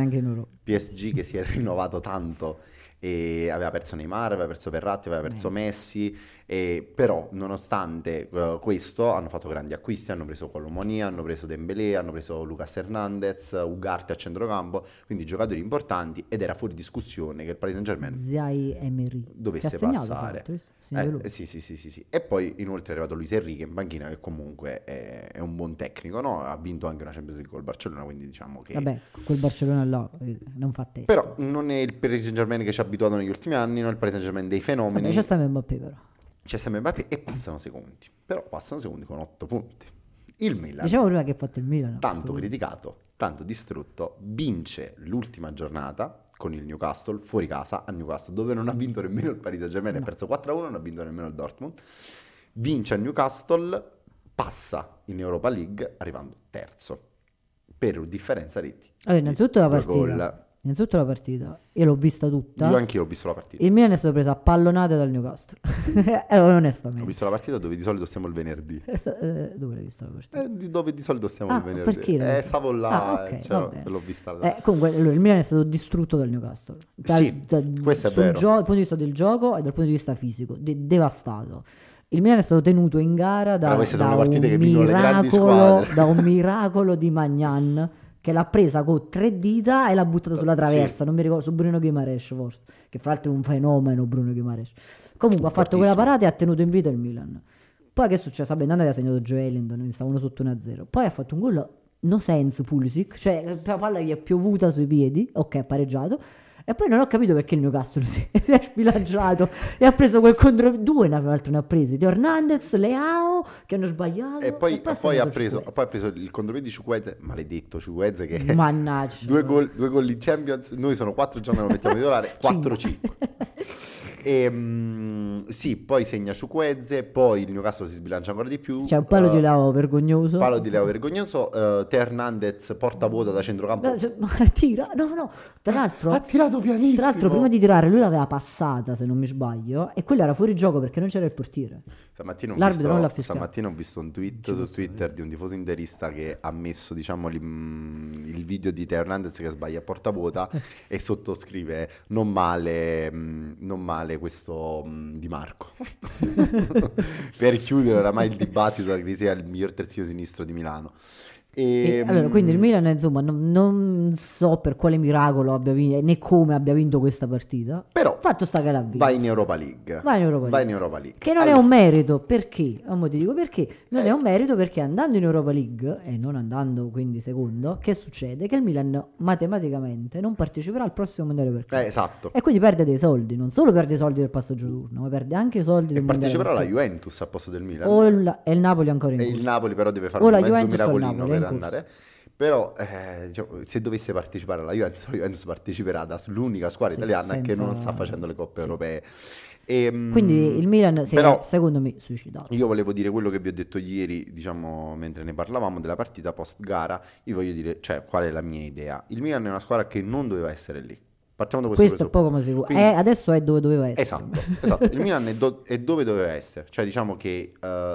che si è rinnovato tanto e aveva perso Neymar, aveva perso Verratti, aveva perso Messi, però nonostante questo hanno fatto grandi acquisti, hanno preso Colomoni, hanno preso Dembélé, hanno preso Lucas Hernandez, Ugarte a centrocampo, quindi giocatori importanti, ed era fuori discussione che il Paris Saint-Germain dovesse passare. Sì. E poi inoltre è arrivato Luis Enrique in panchina, che comunque è un buon tecnico, no? Ha vinto anche una Champions League col Barcellona, quindi diciamo che... Vabbè, quel Barcellona là non fa testa. Però non è il Paris Saint-Germain che ci ha abituato negli ultimi anni, non è il Paris Saint-Germain dei fenomeni. Vabbè, c'è sempre Mbappé però. C'è sempre Mbappé e passano secondi con 8 punti. Il Milan, diciamo prima che ha fatto il Milan, tanto criticato, tanto distrutto, vince l'ultima giornata con il Newcastle fuori casa a Newcastle, dove non ha vinto nemmeno il Paris Saint-Germain, ha perso 4-1, non ha vinto nemmeno il Dortmund. Vince a Newcastle, passa in Europa League arrivando terzo per differenza reti. Allora, innanzitutto la partita, io l'ho vista tutta. Io anch'io ho visto la partita. Il Milan è stato preso a pallonate dal Newcastle. Onestamente. Ho visto la partita dove di solito stiamo il venerdì. Dove l'hai vista la partita? Dove di solito stiamo il venerdì. Perché? Stavo là, okay, l'ho vista là. Comunque il Milan è stato distrutto dal Newcastle. Questo è vero. Dal punto di vista del gioco e dal punto di vista fisico. Devastato. Il Milan è stato tenuto in gara da un miracolo di Magnan, che l'ha presa con 3 dita e l'ha buttata sulla traversa, non mi ricordo, su Bruno Guimaraes forse, che fra l'altro è un fenomeno Bruno Guimaraes. Comunque ha fatto quella Fortissimo. parata e ha tenuto in vita il Milan. Poi che è successo? Vabbè, intanto aveva segnato Joe Ellington, stavano sotto 1-0. Poi ha fatto un gol no sense Pulisic, cioè la palla gli è piovuta sui piedi, ok, ha pareggiato. E poi non ho capito perché il Newcastle si è sbilanciato e ha preso quel contro... Due tra l'altro ne ha presi, Teo Hernandez, Leao, che hanno sbagliato. E poi, ha poi ha segnato preso, Chukwueze. poi ha preso il contropiede di Chukwueze, maledetto Chukwueze che Mannaggia. due gol in Champions, noi sono 4 giorni lo mettiamo titolare, 4-5. Sì, poi segna Chukwueze, poi il Newcastle si sbilancia ancora di più. C'è un palo di Leao vergognoso. Palo di Leo vergognoso, Teo Hernandez porta vuota da centrocampo. No, cioè, ma tira, no, tra l'altro... Ha tirato pianissimo. Tra l'altro, prima di tirare, lui l'aveva passata, se non mi sbaglio, e quello era fuori gioco perché non c'era il portiere. L'arbitro non l'ha fischiato. Stamattina ho visto un tweet su Twitter di un tifoso interista che ha messo, diciamo, il video di Teo Hernandez che sbaglia a porta vuota e sottoscrive non male questo Di Marco. Per chiudere oramai il dibattito che sia il miglior terzino sinistro di Milano. Allora, quindi il Milan, insomma, non so per quale miracolo abbia vinto, né come abbia vinto questa partita. Però fatto sta che l'ha vinto. vai in Europa League. Vai in Europa League. Che non è un merito, perché? Ora ti dico perché. Non è un merito perché andando in Europa League e non andando quindi secondo, che succede? Che il Milan matematicamente non parteciperà al prossimo mondiale per club. Esatto. E quindi perde dei soldi, non solo perde i soldi del passaggio turno, ma perde anche i soldi del mondiale. Parteciperà per la club. Juventus al posto del Milan. E il Napoli ancora in E corso. il Napoli però deve fare O un la mezzo Juventus o il miracolino Napoli, è in per andare. Però diciamo, se dovesse partecipare alla Juventus, la Juventus parteciperà l'unica squadra italiana che non sta facendo le coppe europee. Quindi il Milan si è, secondo me, suicidato. Io volevo dire quello che vi ho detto ieri, diciamo, mentre ne parlavamo della partita post gara. Io voglio dire, cioè, qual è la mia idea. Il Milan è una squadra che non doveva essere lì. Partiamo da questo è poco ma sicuro. Quindi, adesso è dove doveva essere. Esatto. Il Milan è dove doveva essere. Cioè, diciamo che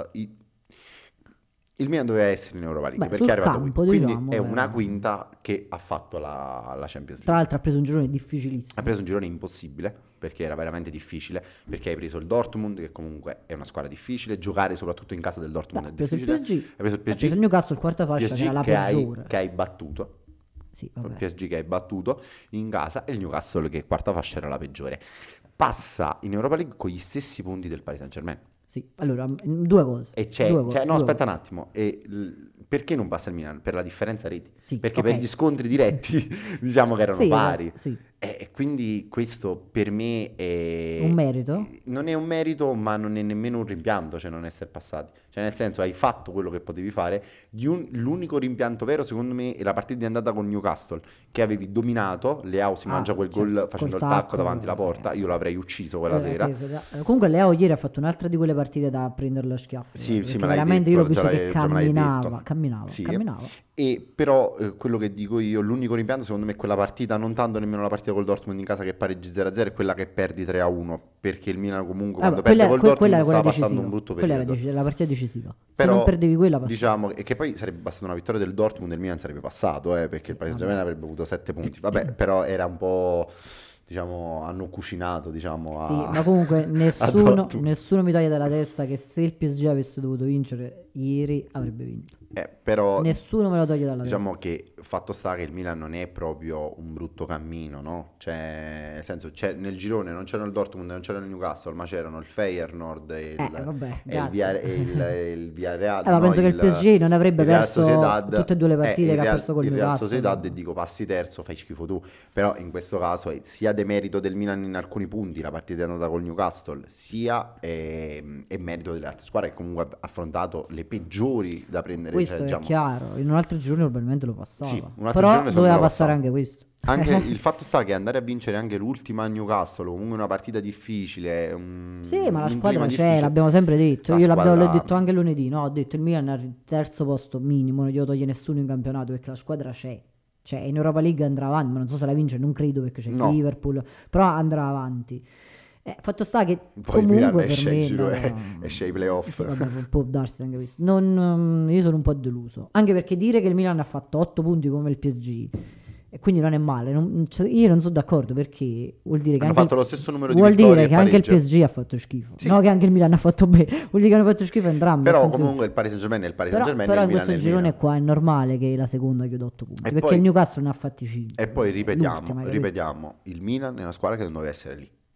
il Milan doveva essere in Europa League perché è arrivato qui. Quindi diciamo, è una quinta che ha fatto la Champions League. Tra l'altro ha preso un girone difficilissimo. Ha preso un girone impossibile perché era veramente difficile, perché hai preso il Dortmund che comunque è una squadra difficile, giocare soprattutto in casa del Dortmund è difficile. Hai preso il Newcastle, quarta fascia, PSG che era la peggiore. che hai battuto. Sì, Il PSG che hai battuto in casa e il Newcastle che quarta fascia era la peggiore. Passa in Europa League con gli stessi punti del Paris Saint-Germain. Sì, allora, due cose. Aspetta un attimo. Perché non passa il Milan? Per la differenza reti. Sì, perché per gli scontri diretti diciamo che erano pari. Sì. E quindi questo per me è... Un merito? Non è un merito, ma non è nemmeno un rimpianto, cioè non essere passati. Cioè nel senso hai fatto quello che potevi fare. L'unico rimpianto vero secondo me è la partita di andata con Newcastle, che avevi dominato, Leao si mangia quel gol facendo il tacco davanti alla porta. Io l'avrei ucciso quella sera. Comunque Leao ieri ha fatto un'altra di quelle partite da prendere lo schiaffo. Sì, me l'hai veramente detto, io l'ho visto che camminava. camminava. E però quello che dico io, l'unico rimpianto secondo me è quella partita, non tanto nemmeno la partita col Dortmund in casa che pareggi 0-0, è quella che perdi 3-1, perché il Milan comunque quando perde col Dortmund stava passando un brutto periodo. Quella era la partita decisiva. Però, se non perdevi quella passava. Diciamo che poi sarebbe bastata una vittoria del Dortmund e il Milan sarebbe passato, perché il Paris Saint-Germain avrebbe avuto 7 punti. Vabbè, però era un po'... diciamo hanno cucinato sì, ma comunque nessuno mi taglia dalla testa che se il PSG avesse dovuto vincere ieri avrebbe vinto. Però nessuno me lo toglie dalla testa. Diciamo testa. che fatto sta che il Milan non è proprio un brutto cammino, no? Cioè, nel senso, nel girone non c'era il Dortmund, non c'era il Newcastle, ma c'erano il Feyenoord e il Villarreal. Ma penso che il PSG non avrebbe perso Sociedad, tutte e due le partite che ha perso col il Newcastle. Real Sociedad, e dico passi terzo, fai schifo tu. Però in questo caso è sia demerito del Milan in alcuni punti, la partita è andata col Newcastle, sia è merito delle altre squadre che comunque ha affrontato le peggiori da prendere. Questo è chiaro, in un altro girone probabilmente lo passava. Sì, però doveva passare anche questo. Anche il fatto sta che andare a vincere anche l'ultima a Newcastle, comunque una partita difficile. Sì, ma la squadra c'è, l'abbiamo sempre detto. L'ho detto anche lunedì, no? Ho detto il Milan al terzo posto minimo, non glielo toglie nessuno in campionato perché la squadra c'è. Cioè in Europa League andrà avanti, ma non so se la vince, non credo perché c'è il Liverpool, però andrà avanti. Fatto sta che poi comunque esce per me giro esce ai playoff. Sì, vabbè, può darsi anche questo. Io sono un po' deluso, anche perché dire che il Milan ha fatto 8 punti come il PSG e quindi non è male, io non sono d'accordo, perché vuol dire che hanno fatto lo stesso numero di vuol vittorie dire che anche il PSG ha fatto schifo, sì. No che anche il Milan ha fatto bene, vuol dire che hanno fatto schifo entrambi. Però comunque il Paris Saint-Germain è il Paris Saint-Germain, però in questo girone qua è normale che la seconda chiuda 8 punti, perché il Newcastle ne ha fatti 5. E poi ripetiamo, il Milan è una squadra che non doveva essere lì.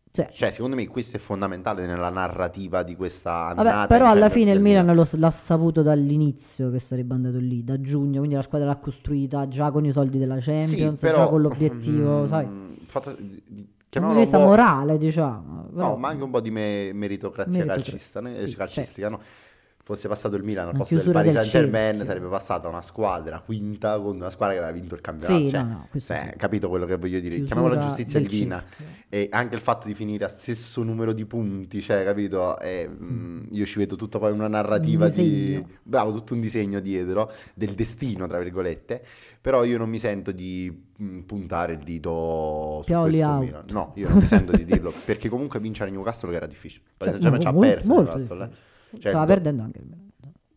Cioè, secondo me questo è fondamentale nella narrativa di questa annata. Vabbè, però alla fine il Milan l'ha saputo dall'inizio che sarebbe andato lì, da giugno, quindi la squadra l'ha costruita già con i soldi della Champions, però, già con l'obiettivo, sai. Dal punto di vista morale, diciamo. No, ma anche un po' di meritocrazia calcistica, no? Fosse passato il Milan al posto del Paris Saint-Germain, sarebbe passata una squadra quinta con una squadra che aveva vinto il campionato. Capito quello che voglio dire? Chiamiamola giustizia divina. E anche il fatto di finire a stesso numero di punti, cioè, capito? Io ci vedo tutta poi una narrativa bravo, tutto un disegno dietro del destino, tra virgolette. Però io non mi sento di puntare il dito su questo Milan. No, io non mi sento di dirlo, perché comunque vincere a Newcastle che era difficile. Paris Saint-Germain ci ha perso Newcastle. Cioè, stava perdendo anche il Milan.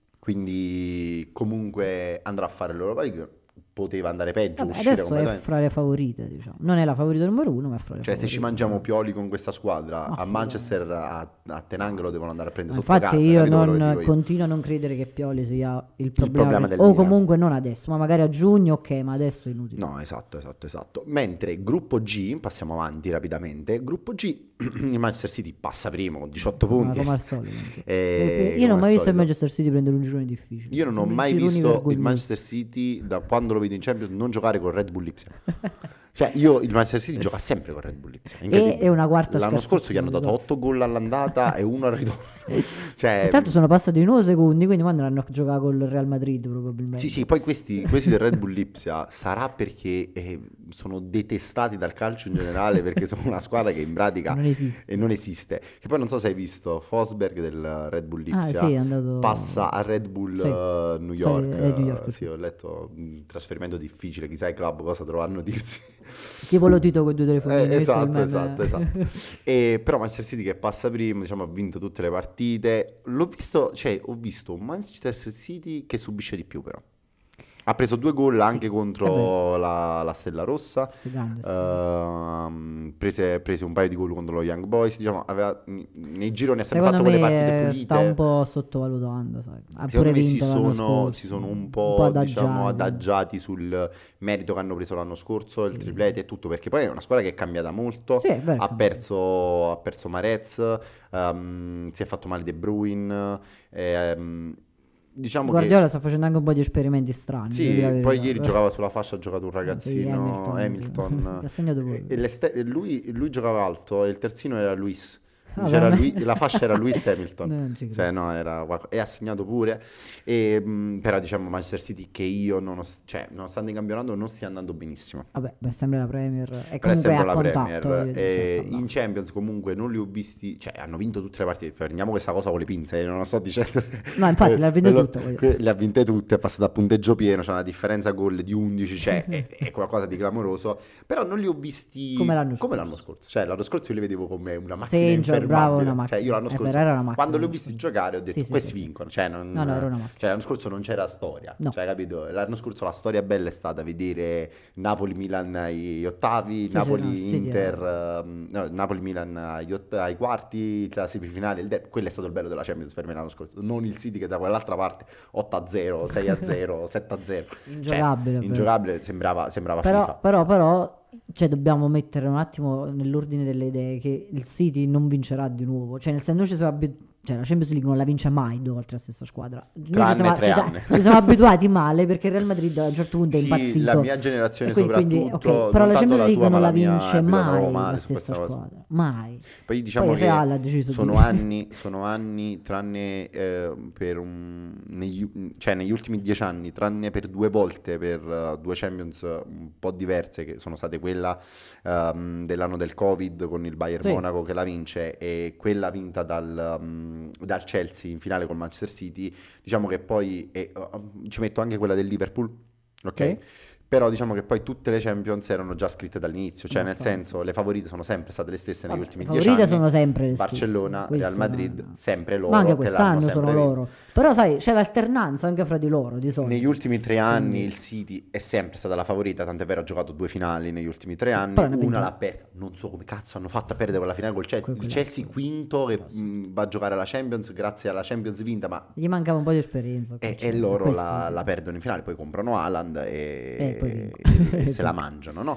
Quindi comunque andrà a fare l'Europa League. Poteva andare peggio. Adesso è fra le favorite, diciamo. Non è la favorita numero uno, ma è fra le favorite. Se ci mangiamo Pioli con questa squadra, a Manchester, a Tenang lo devono andare a prendere sotto casa. Infatti io continuo a non credere che Pioli sia il problema del Milan. Comunque non adesso, ma magari a giugno, ok, ma adesso è inutile. No, esatto. Mentre gruppo G, passiamo avanti rapidamente. Gruppo G, il Manchester City passa primo con 18 punti. Come al solito. Io non ho mai visto il Manchester City prendere un girone difficile. Io non ho mai visto il Manchester City, da quando lo vedo in Champions, non giocare con Red Bull Lipsia. Cioè, il Manchester City gioca sempre con Red Bull Lipsia. E una quarta l'anno scorso gli hanno dato 8 gol all'andata e 1 al ritorno. Cioè, intanto sono passati 9 secondi, quindi quando andranno a giocare col Real Madrid probabilmente. Sì, poi questi del Red Bull Lipsia sarà perché sono detestati dal calcio in generale, perché sono una squadra che in pratica non esiste. Che poi non so se hai visto Forsberg del Red Bull Lipsia, passa a Red Bull New York. Sì, ho letto un trasferimento difficile, chissà i club cosa dovranno dirsi. Tipo lo Tito con 2 telefoni. Esatto. Però Manchester City che passa primo, diciamo, ha vinto tutte le partite. Ho visto un Manchester City che subisce di più, però. Ha preso 2 gol anche contro la Stella Rossa, prese un paio di gol contro lo Young Boys, diciamo, nei gironi ha sempre fatto quelle partite pulite. Sta un po' sottovalutando, sai. Secondo me si sono un po' diciamo, adagiati sul merito che hanno preso l'anno scorso, il triplete e tutto, perché poi è una squadra che è cambiata molto, ha perso Marez, si è fatto male De Bruyne, diciamo Guardiola sta facendo anche un po' di esperimenti strani. Sì, poi ieri giocava sulla fascia, ha giocato un ragazzino, Hamilton. Lui giocava alto e il terzino era Luis. La fascia era Lewis Hamilton, e ha segnato pure. Però diciamo Manchester City che nonostante in campionato non stia andando benissimo. Vabbè, è sempre la Premier, è sempre la Premier. In Champions comunque non li ho visti, cioè hanno vinto tutte le partite. Prendiamo questa cosa con le pinze, non lo sto dicendo. No, infatti le ha vinte tutte. Le ha vinte tutte, è passata a punteggio pieno, c'è una differenza gol di 11, cioè è qualcosa di clamoroso. Però non li ho visti come l'anno scorso. Cioè l'anno scorso io li vedevo come una macchina infermabile. Bravo, una macchina. Cioè io l'anno scorso quando li ho visti giocare ho detto questi vincono, cioè era una macchina. Cioè l'anno scorso non c'era storia, cioè capito? L'anno scorso la storia bella è stata vedere Napoli-Milan agli ottavi, Napoli-Inter, Napoli-Milan ai quarti, la semifinale, quello è stato il bello della Champions per me l'anno scorso, non il City che da quell'altra parte 8-0, 6-0, 7-0. Ingiocabile, sembrava FIFA. Però cioè dobbiamo mettere un attimo nell'ordine delle idee che il City non vincerà di nuovo, cioè nel senso la Champions League non la vince mai due volte la stessa squadra. Tranne 3 anni. Ci siamo abituati male perché il Real Madrid a un certo punto è impazzito. La mia generazione soprattutto, però la Champions League non la vince mai la stessa squadra, mai. Poi diciamo che Real ha deciso sono anni tranne negli ultimi 10 anni, tranne per 2 volte per 2 Champions un po' diverse, che sono state quella dell'anno del Covid con il Bayern Monaco che la vince, e quella vinta dal Chelsea in finale con Manchester City. Diciamo che poi ci metto anche quella del Liverpool, ok? Però diciamo che poi tutte le Champions erano già scritte dall'inizio, cioè nel senso le favorite sono sempre state le stesse negli ultimi 10 anni. Le favorite sono sempre le stesse. Barcellona, Real Madrid, sempre loro. Ma anche quest'anno sono loro. Però sai, c'è l'alternanza anche fra di loro di solito. Negli ultimi 3 anni il City è sempre stata la favorita, tant'è vero ha giocato 2 finali negli ultimi 3 anni, una l'ha persa. Non so come cazzo hanno fatto a perdere quella finale col Chelsea. Il Chelsea quinto che va a giocare alla Champions grazie alla Champions vinta, ma gli mancava un po' di esperienza. E loro la perdono in finale, poi comprano Haaland e se la mangiano, no?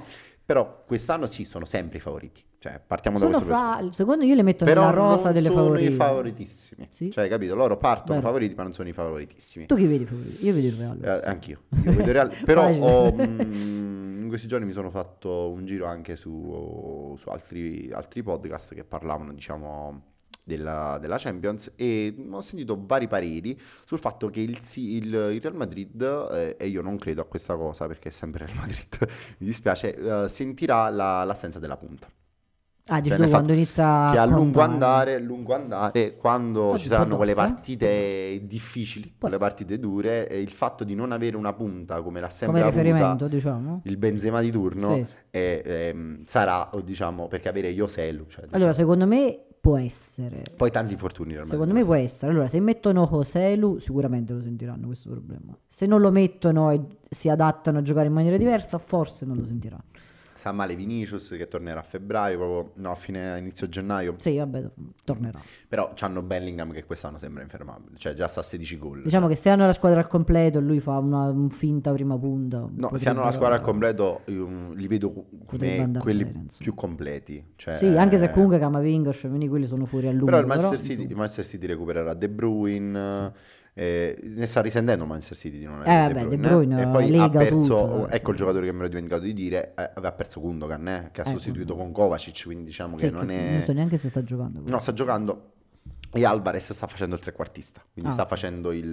Però quest'anno sì, sono sempre i favoriti. Cioè, partiamo da questo presupposto. Secondo io le metto Però nella rosa delle non sono favorite. i favoritissimi. Sì? Cioè, capito? Loro partono Vero. favoriti, ma non sono i favoritissimi. Tu chi vedi i favoriti? Io vedo il Real. Anch'io. Io vedo il Real. Però Facile. in questi giorni mi sono fatto un giro anche su altri podcast che parlavano, diciamo, della Champions, e ho sentito vari pareri sul fatto che il Real Madrid, e io non credo a questa cosa perché è sempre Real Madrid, mi dispiace, sentirà l'assenza della punta. Ah, dici Cioè, tu nel quando fatto inizia che a lungo contare. andare, quando Può ci saranno quelle darsi, partite difficili, Può quelle partite dure, il fatto di non avere una punta come l'ha Come sempre avuta riferimento, diciamo. il Benzema di turno, Sì. sarà, o diciamo, perché avere Joselu, cioè, Allora, diciamo, secondo me può essere. poi tanti infortuni Real Madrid, Secondo me può essere. Allora, se mettono Joselu, sicuramente lo sentiranno questo problema. Se non lo mettono e si adattano a giocare in maniera diversa, forse non lo sentiranno. Sta male Vinicius che tornerà a febbraio, proprio no, a inizio gennaio. Sì, vabbè, tornerà. Però c'hanno Bellingham che quest'anno sembra infermabile, cioè già sta a 16 gol. Diciamo che se hanno la squadra al completo, lui fa un finta prima punta. No, se hanno la squadra al potrebbero- completo, io li vedo Potrebbe come andare quelli bene, insomma. più completi. Cioè, Sì, anche se comunque Camavinga, Sciamini, quelli sono fuori a lungo. però il Manchester City, insomma. il Manchester City recupererà De Bruyne, ne sta risentendo il Manchester City di non avere vabbè, De De Bruyne, Bruyne e poi ha lega perso, tutto, ecco il sì. giocatore che mi ero dimenticato di dire, aveva perso Gundogan, che ha sostituito con Kovacic, quindi diciamo Sì, che non che è... non so neanche se sta giocando. No, sta giocando, e Alvarez sta facendo il trequartista, quindi Ah, sta ok. facendo Sì.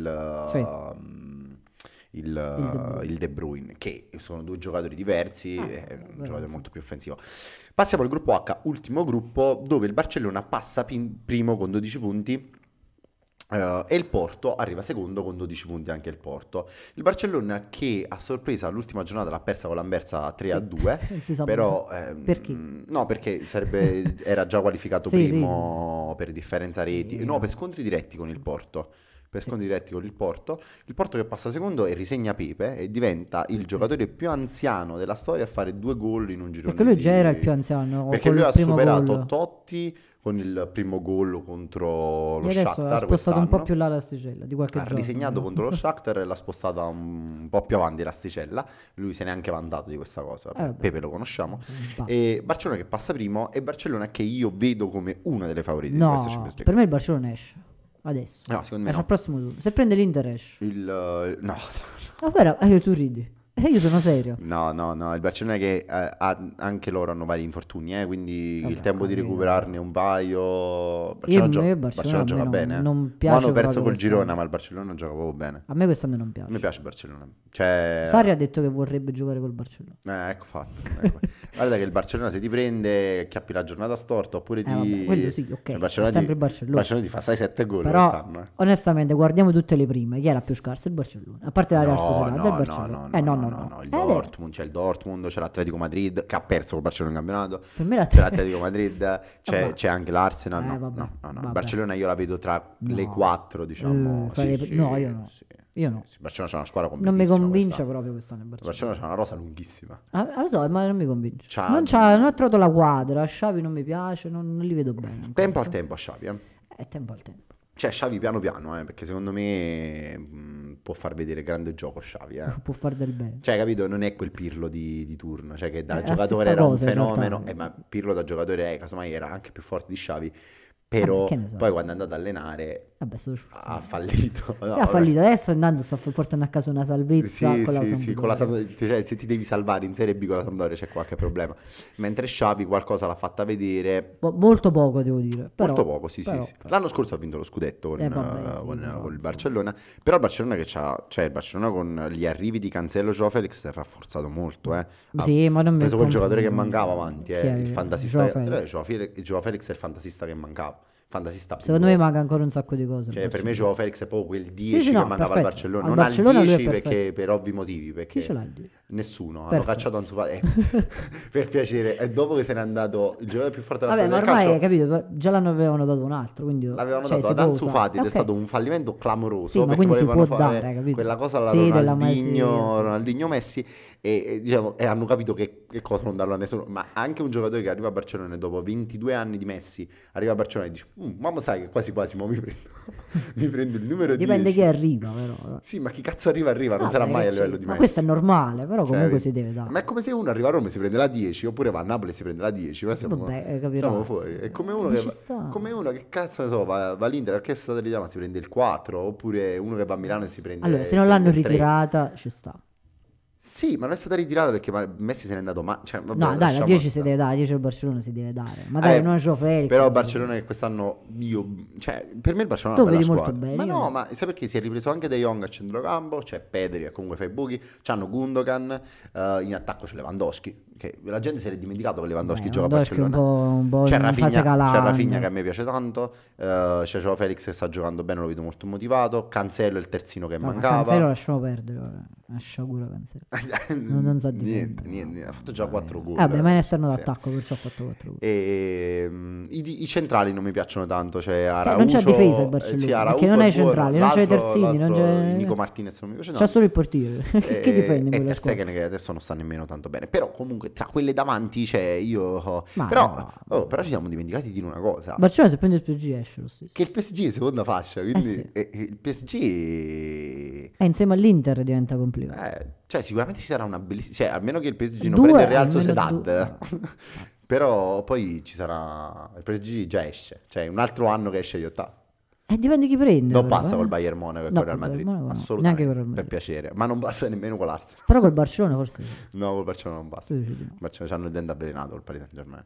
il De Bruyne, che sono due giocatori diversi, è un vero, giocatore sì. molto più offensivo. Passiamo al gruppo H, ultimo gruppo, dove il Barcellona passa primo con 12 punti, e il Porto arriva secondo con 12 punti anche il Porto. Il Barcellona che a sorpresa l'ultima giornata l'ha persa con l'Anversa 3-2, Non si sa però bene. Perché? no, perché era già qualificato Sì, primo per differenza reti, Sì. no, per scontri diretti con il Porto. Per scontri diretti con il Porto che passa secondo e risegna Pepe e diventa il giocatore più anziano della storia a fare 2 gol in un girone Perché lui già di- era il più anziano. perché con lui il ha primo superato gol. Totti con il primo gol contro lo E adesso ha Shakhtar spostato un po' quest'anno. più là l'asticella di qualche Ha giorno. risegnato contro lo Shakhtar e l'ha spostata un po' più avanti l'asticella. Lui se n'è anche vantato di questa cosa. vabbè. Pepe lo conosciamo. Pazzo. E Barcellona che passa primo, e Barcellona che io vedo come una delle favorite di No, questa Champions per League. me il Barcellona esce. Adesso. No, secondo me Esce no. al prossimo turno. Se prende l'Inter esce. No. Ma guarda, tu ridi. Io sono serio. No, il Barcellona che anche loro hanno vari infortuni, quindi Vabbè, il tempo di capito. recuperarne un paio. Io Barcellona Barcellona gioca a me bene. non piace Ma hanno perso proprio col quest'anno. Girona, ma il Barcellona gioca proprio bene. A me quest'anno non A piace. me piace il Barcellona. Cioè, Sarri ha detto che vorrebbe giocare col Barcellona. ecco fatto. Ecco. Guarda che il Barcellona se ti prende, chiappi la giornata storta, oppure ti... vabbè, quello sì, ok, Il è Barcellona sempre il Barcellona. Barcellona ti fa 6-7 gol Però, quest'anno. onestamente, guardiamo tutte le prime. Chi è la più scarsa? Il Barcellona. A parte la Real Sociedad, il Barcellona. Il Ed è- Dortmund, c'è il Dortmund, c'è l'Atletico Madrid che ha perso col Barcellona in campionato. Per me la C'è l'Atletico Madrid, Vabbè. c'è anche l'Arsenal. No, vabbè, no. Il vabbè. Barcellona io la vedo tra le No. 4, diciamo. no, io no. Io no. Il Barcellona c'ha una squadra Non mi completissima convince quest'anno. proprio quest'anno il Il Barcellona. Barcellona c'ha una rosa lunghissima. Lo so, ma non mi convince. C'ha- Non ha trovato la quadra. Xavi non mi piace, non li vedo bene. Tempo al tempo a Xavi, eh. È tempo al tempo. Cioè Xavi piano piano, perché secondo me può far vedere grande gioco Xavi, Può far del bene. Cioè, capito? Non è quel Pirlo di turno, cioè che da la giocatore stessa era un cosa, in fenomeno, realtà. ma Pirlo da giocatore casomai era anche più forte di Xavi, però che ne so. poi quando è andato ad allenare Vabbè, ha fallito. No, ha vabbè. fallito adesso, andando sta portando a casa una salvezza Sì, con la sì, Sampdoria. con la Sampdoria, cioè, se ti devi salvare in Serie B con la Sampdoria c'è qualche problema. Mentre Xavi qualcosa l'ha fatta vedere. Molto poco, devo dire. Però, Molto poco, sì, però- sì. L'anno scorso ha vinto lo scudetto con, vabbè, sì, con però, il insomma. Barcellona. Però il Barcellona che c'ha, cioè il Barcellona con gli arrivi di Cancelo e Joao Felix si è rafforzato molto, Ha Sì, ma non mi preso quel compro- giocatore che mancava avanti, Chi è? il fantasista. Joao Felix. Joao Felix è il fantasista che mancava. Fantasista più Secondo me nuovo. manca ancora un sacco di cose. Cioè, per me Joao Felix è proprio quel 10 Sì, sì, che no, mancava al perfetto. Barcellona. Al Non Barcellona al lui è 10 perché perfetto. per ovvi motivi. Perché Chi ce l'ha il 10? nessuno. Hanno Perfetto. cacciato Ansu Fati. Per piacere. E dopo che se n'è andato il giocatore più forte della Vabbè, ma storia del ormai calcio, hai capito, già l'avevano dato un altro, quindi l'avevano cioè, dato si ad può Ansu usare. Fati ed è Ok. stato un fallimento clamoroso, Sì, ma perché quindi si volevano può fare dare, capito? quella cosa alla Sì, della Ronaldinho, Masia, sì, Ronaldinho Messi, e, diciamo, e hanno capito che che cosa non darlo a nessuno, ma anche un giocatore che arriva a Barcellona e dopo 22 anni di Messi arriva a Barcellona e dice mamma sai che quasi quasi mo mi prendo, mi prendo il numero 10. Dipende chi arriva però. Sì, ma chi cazzo arriva, non sarà mai a livello di Messi. Ma questo è normale, però Cioè, comunque si deve dare. ma è come se uno arriva a Roma e si prende la 10, oppure va a Napoli e si prende la 10. Ma Vabbè, capirai. siamo fuori. È come uno, come uno che cazzo ne so, va all'Inter, che è stata l'Italia, ma si prende il 4, oppure uno che va a Milano e si prende allora, se non l'hanno il 3. ritirata, ci sta. Sì, ma non è stata ritirata perché Messi se n'è andato. Cioè, vabbè, No, dai, la 10 si stare. deve dare, 10 al Barcellona si deve dare. Magari non Joe Felix. Però Barcellona che quest'anno cioè, per me il Barcellona è tu una bella vedi molto squadra. bene. Ma no, ma sai perché si è ripreso anche De Jong a centrocampo, c'è Pedri che comunque fa i buchi, c'hanno Gundogan, in attacco c'è Lewandowski, che la gente si è dimenticato che Lewandowski gioca a Barcellona. Un po' c'è in fase calante. Rafinha che a me piace tanto, c'è Joao Felix che sta giocando bene, lo vedo molto motivato, Cancelo è il terzino che mancava. Cancelo lasciamo perdere, una sciagura Cancelo. Non sa di niente, ha fatto già 4 gol. Vabbè, ma è in esterno d'attacco, perciò ha fatto 4 gol. E i centrali non mi piacciono tanto, cioè Araujo, non c'è difesa il Barcellona, perché non hai centrali, non c'è i terzini, non c'è Nico Martinez non mi piace c'è tanto. solo il portiere. Che difende in e quella Ter squadra? Stegen che adesso non sta nemmeno tanto bene, però comunque tra quelle davanti c'è io Ma però, no. però ci siamo dimenticati di una cosa, Barcellona se prende il PSG esce lo stesso. che il PSG è seconda fascia, quindi sì. il PSG Insieme all'Inter diventa complicato. cioè sicuramente ci sarà una bellissima, cioè almeno che il PSG non Due, prende il Real almeno Sociedad però poi ci sarà il PSG già esce, cioè un altro anno che esce agli ottavi. Dipende chi prende. Non però, passa col Bayern Monaco e No, col Real col Madrid, Bayern Monaco no. assolutamente, Neanche col Real per Madrid. piacere, ma non passa nemmeno con l'Arsenal. Però col Barcellona forse sì. No, col Barcellona non passa. Tu dici di no. Barcellona c'hanno il dente avvelenato col Paris Saint-Germain.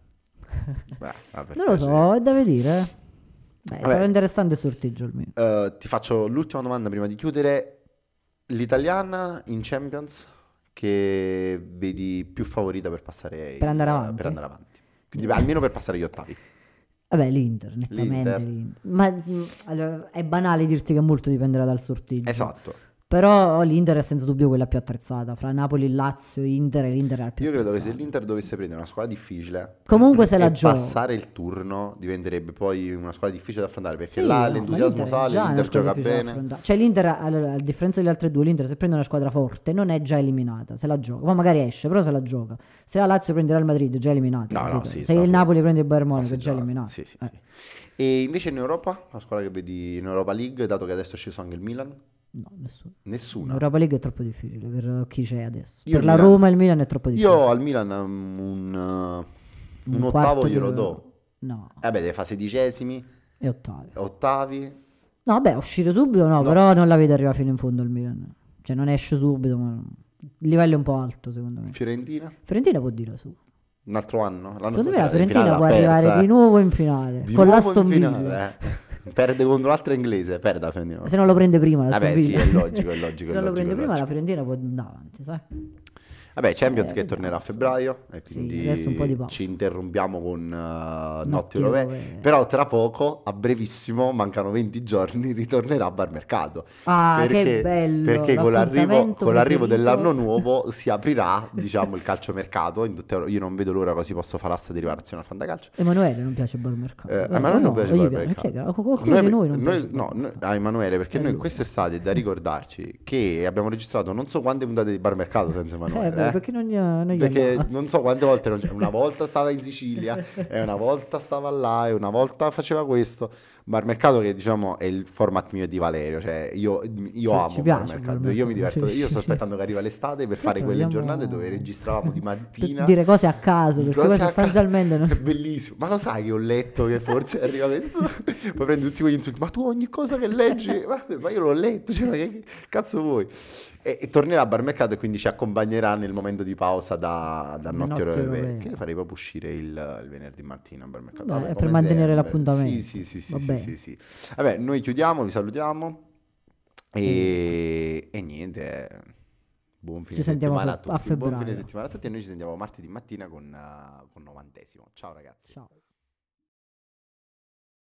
Per Non lo piacere. so, è da vedere. Beh, Vabbè. sarà interessante il sorteggio almeno. Ti faccio l'ultima domanda prima di chiudere. L'italiana in Champions che vedi più favorita per passare Per andare avanti? per andare avanti. Quindi almeno per passare agli ottavi. Vabbè, l'Inter, nettamente l'Inter. Ma allora, è banale dirti che molto dipenderà dal sorteggio. Esatto. Però l'Inter è senza dubbio quella più attrezzata. Fra Napoli, Lazio, Inter e l'Inter è la più Io credo che attrezzata. se l'Inter dovesse prendere una squadra difficile Comunque se la e gioca. passare il turno diventerebbe poi una squadra difficile da affrontare perché Sì, là no, l'entusiasmo ma l'Inter è sale, già una l'Inter squadra gioca difficile da bene. affrontare. Cioè l'Inter, allora, a differenza delle altre due, l'Inter se prende una squadra forte non è già eliminata, se la gioca. Poi magari esce, però se la gioca. Se la Lazio prende il Real Madrid è già eliminata. No, capito? sì, se il Napoli prende il Bayern Monaco è già gioca. eliminato. Sì. E invece in Europa, la squadra che vedi in Europa League, dato che adesso è sceso anche il Milan? No, nessuno. Nessuna. L'Europa League è troppo difficile per chi c'è adesso. Io Per il la Milan- Roma il Milan è troppo difficile. Io al Milan un quarto ottavo di glielo Euro- do. No, Vabbè, deve fare sedicesimi, è ottavi. ottavi. No, vabbè, uscire subito no, però non la vedo arrivare fino in fondo il Milan. Cioè non esce subito, ma il livello è un po' alto secondo me. Fiorentina? Fiorentina può dire su. Un altro anno? L'anno Secondo me scorso la era in Fiorentina finale, può l'ha arrivare persa, di nuovo in finale. Di con nuovo l'Aston in Villa. finale, Perde contro l'altra inglese, perde la Fiorentina. Se non lo prende prima la Vabbè, Aston sì, Villa. è logico, è logico. Se non lo prende prima la Fiorentina può andare avanti, sai? Vabbè, Champions che vediamo, tornerà a febbraio e Sì, quindi adesso un po' di pausa. ci interrompiamo con notti Notti europee. europee. Però tra poco, a brevissimo, mancano 20 giorni, ritornerà a Barmercato. Ah, che bello, Perché con l'appuntamento l'arrivo preferito. dell'anno nuovo si aprirà, diciamo, il calciomercato. In tutta Europa. Io non vedo l'ora così posso fare l'asta di riparazione al Fantacalcio. Emanuele non piace il Barmercato. Emanuele non piace gli il piace, Barmercato. qualcuno di noi non piace. No, a Emanuele, perché noi lui. quest'estate è da ricordarci che abbiamo registrato non so quante puntate di Barmercato senza Emanuele. Perché non gli Perché andava. non so quante volte una volta stava in Sicilia e una volta stava là e una volta faceva questo. Barmercato che diciamo è il format mio di Valerio, cioè io amo ci piace Barmercato, io mi diverto, io sto aspettando che arriva l'estate per fare quelle vogliamo- giornate dove registravamo di mattina. Per dire cose a caso, perché Cose poi a sostanzialmente È bellissimo, ma lo sai che ho letto che forse arriva questo? Poi prendo tutti quegli insulti, ma tu ogni cosa che leggi, vabbè, ma io l'ho letto, cioè, ma che cazzo vuoi? E tornerà a Barmercato e quindi ci accompagnerà nel momento di pausa da Notti Europee, che farei proprio uscire il venerdì mattina a Barmercato. Beh, Vabbè, per come mantenere sempre. l'appuntamento. Sì. Va bene. Sì. Vabbè, noi chiudiamo, vi salutiamo e niente. Buon fine Ci sentiamo settimana a a tutti. Buon fine febbraio. settimana a tutti e noi ci sentiamo martedì mattina con 90esimo. Ciao ragazzi. Ciao.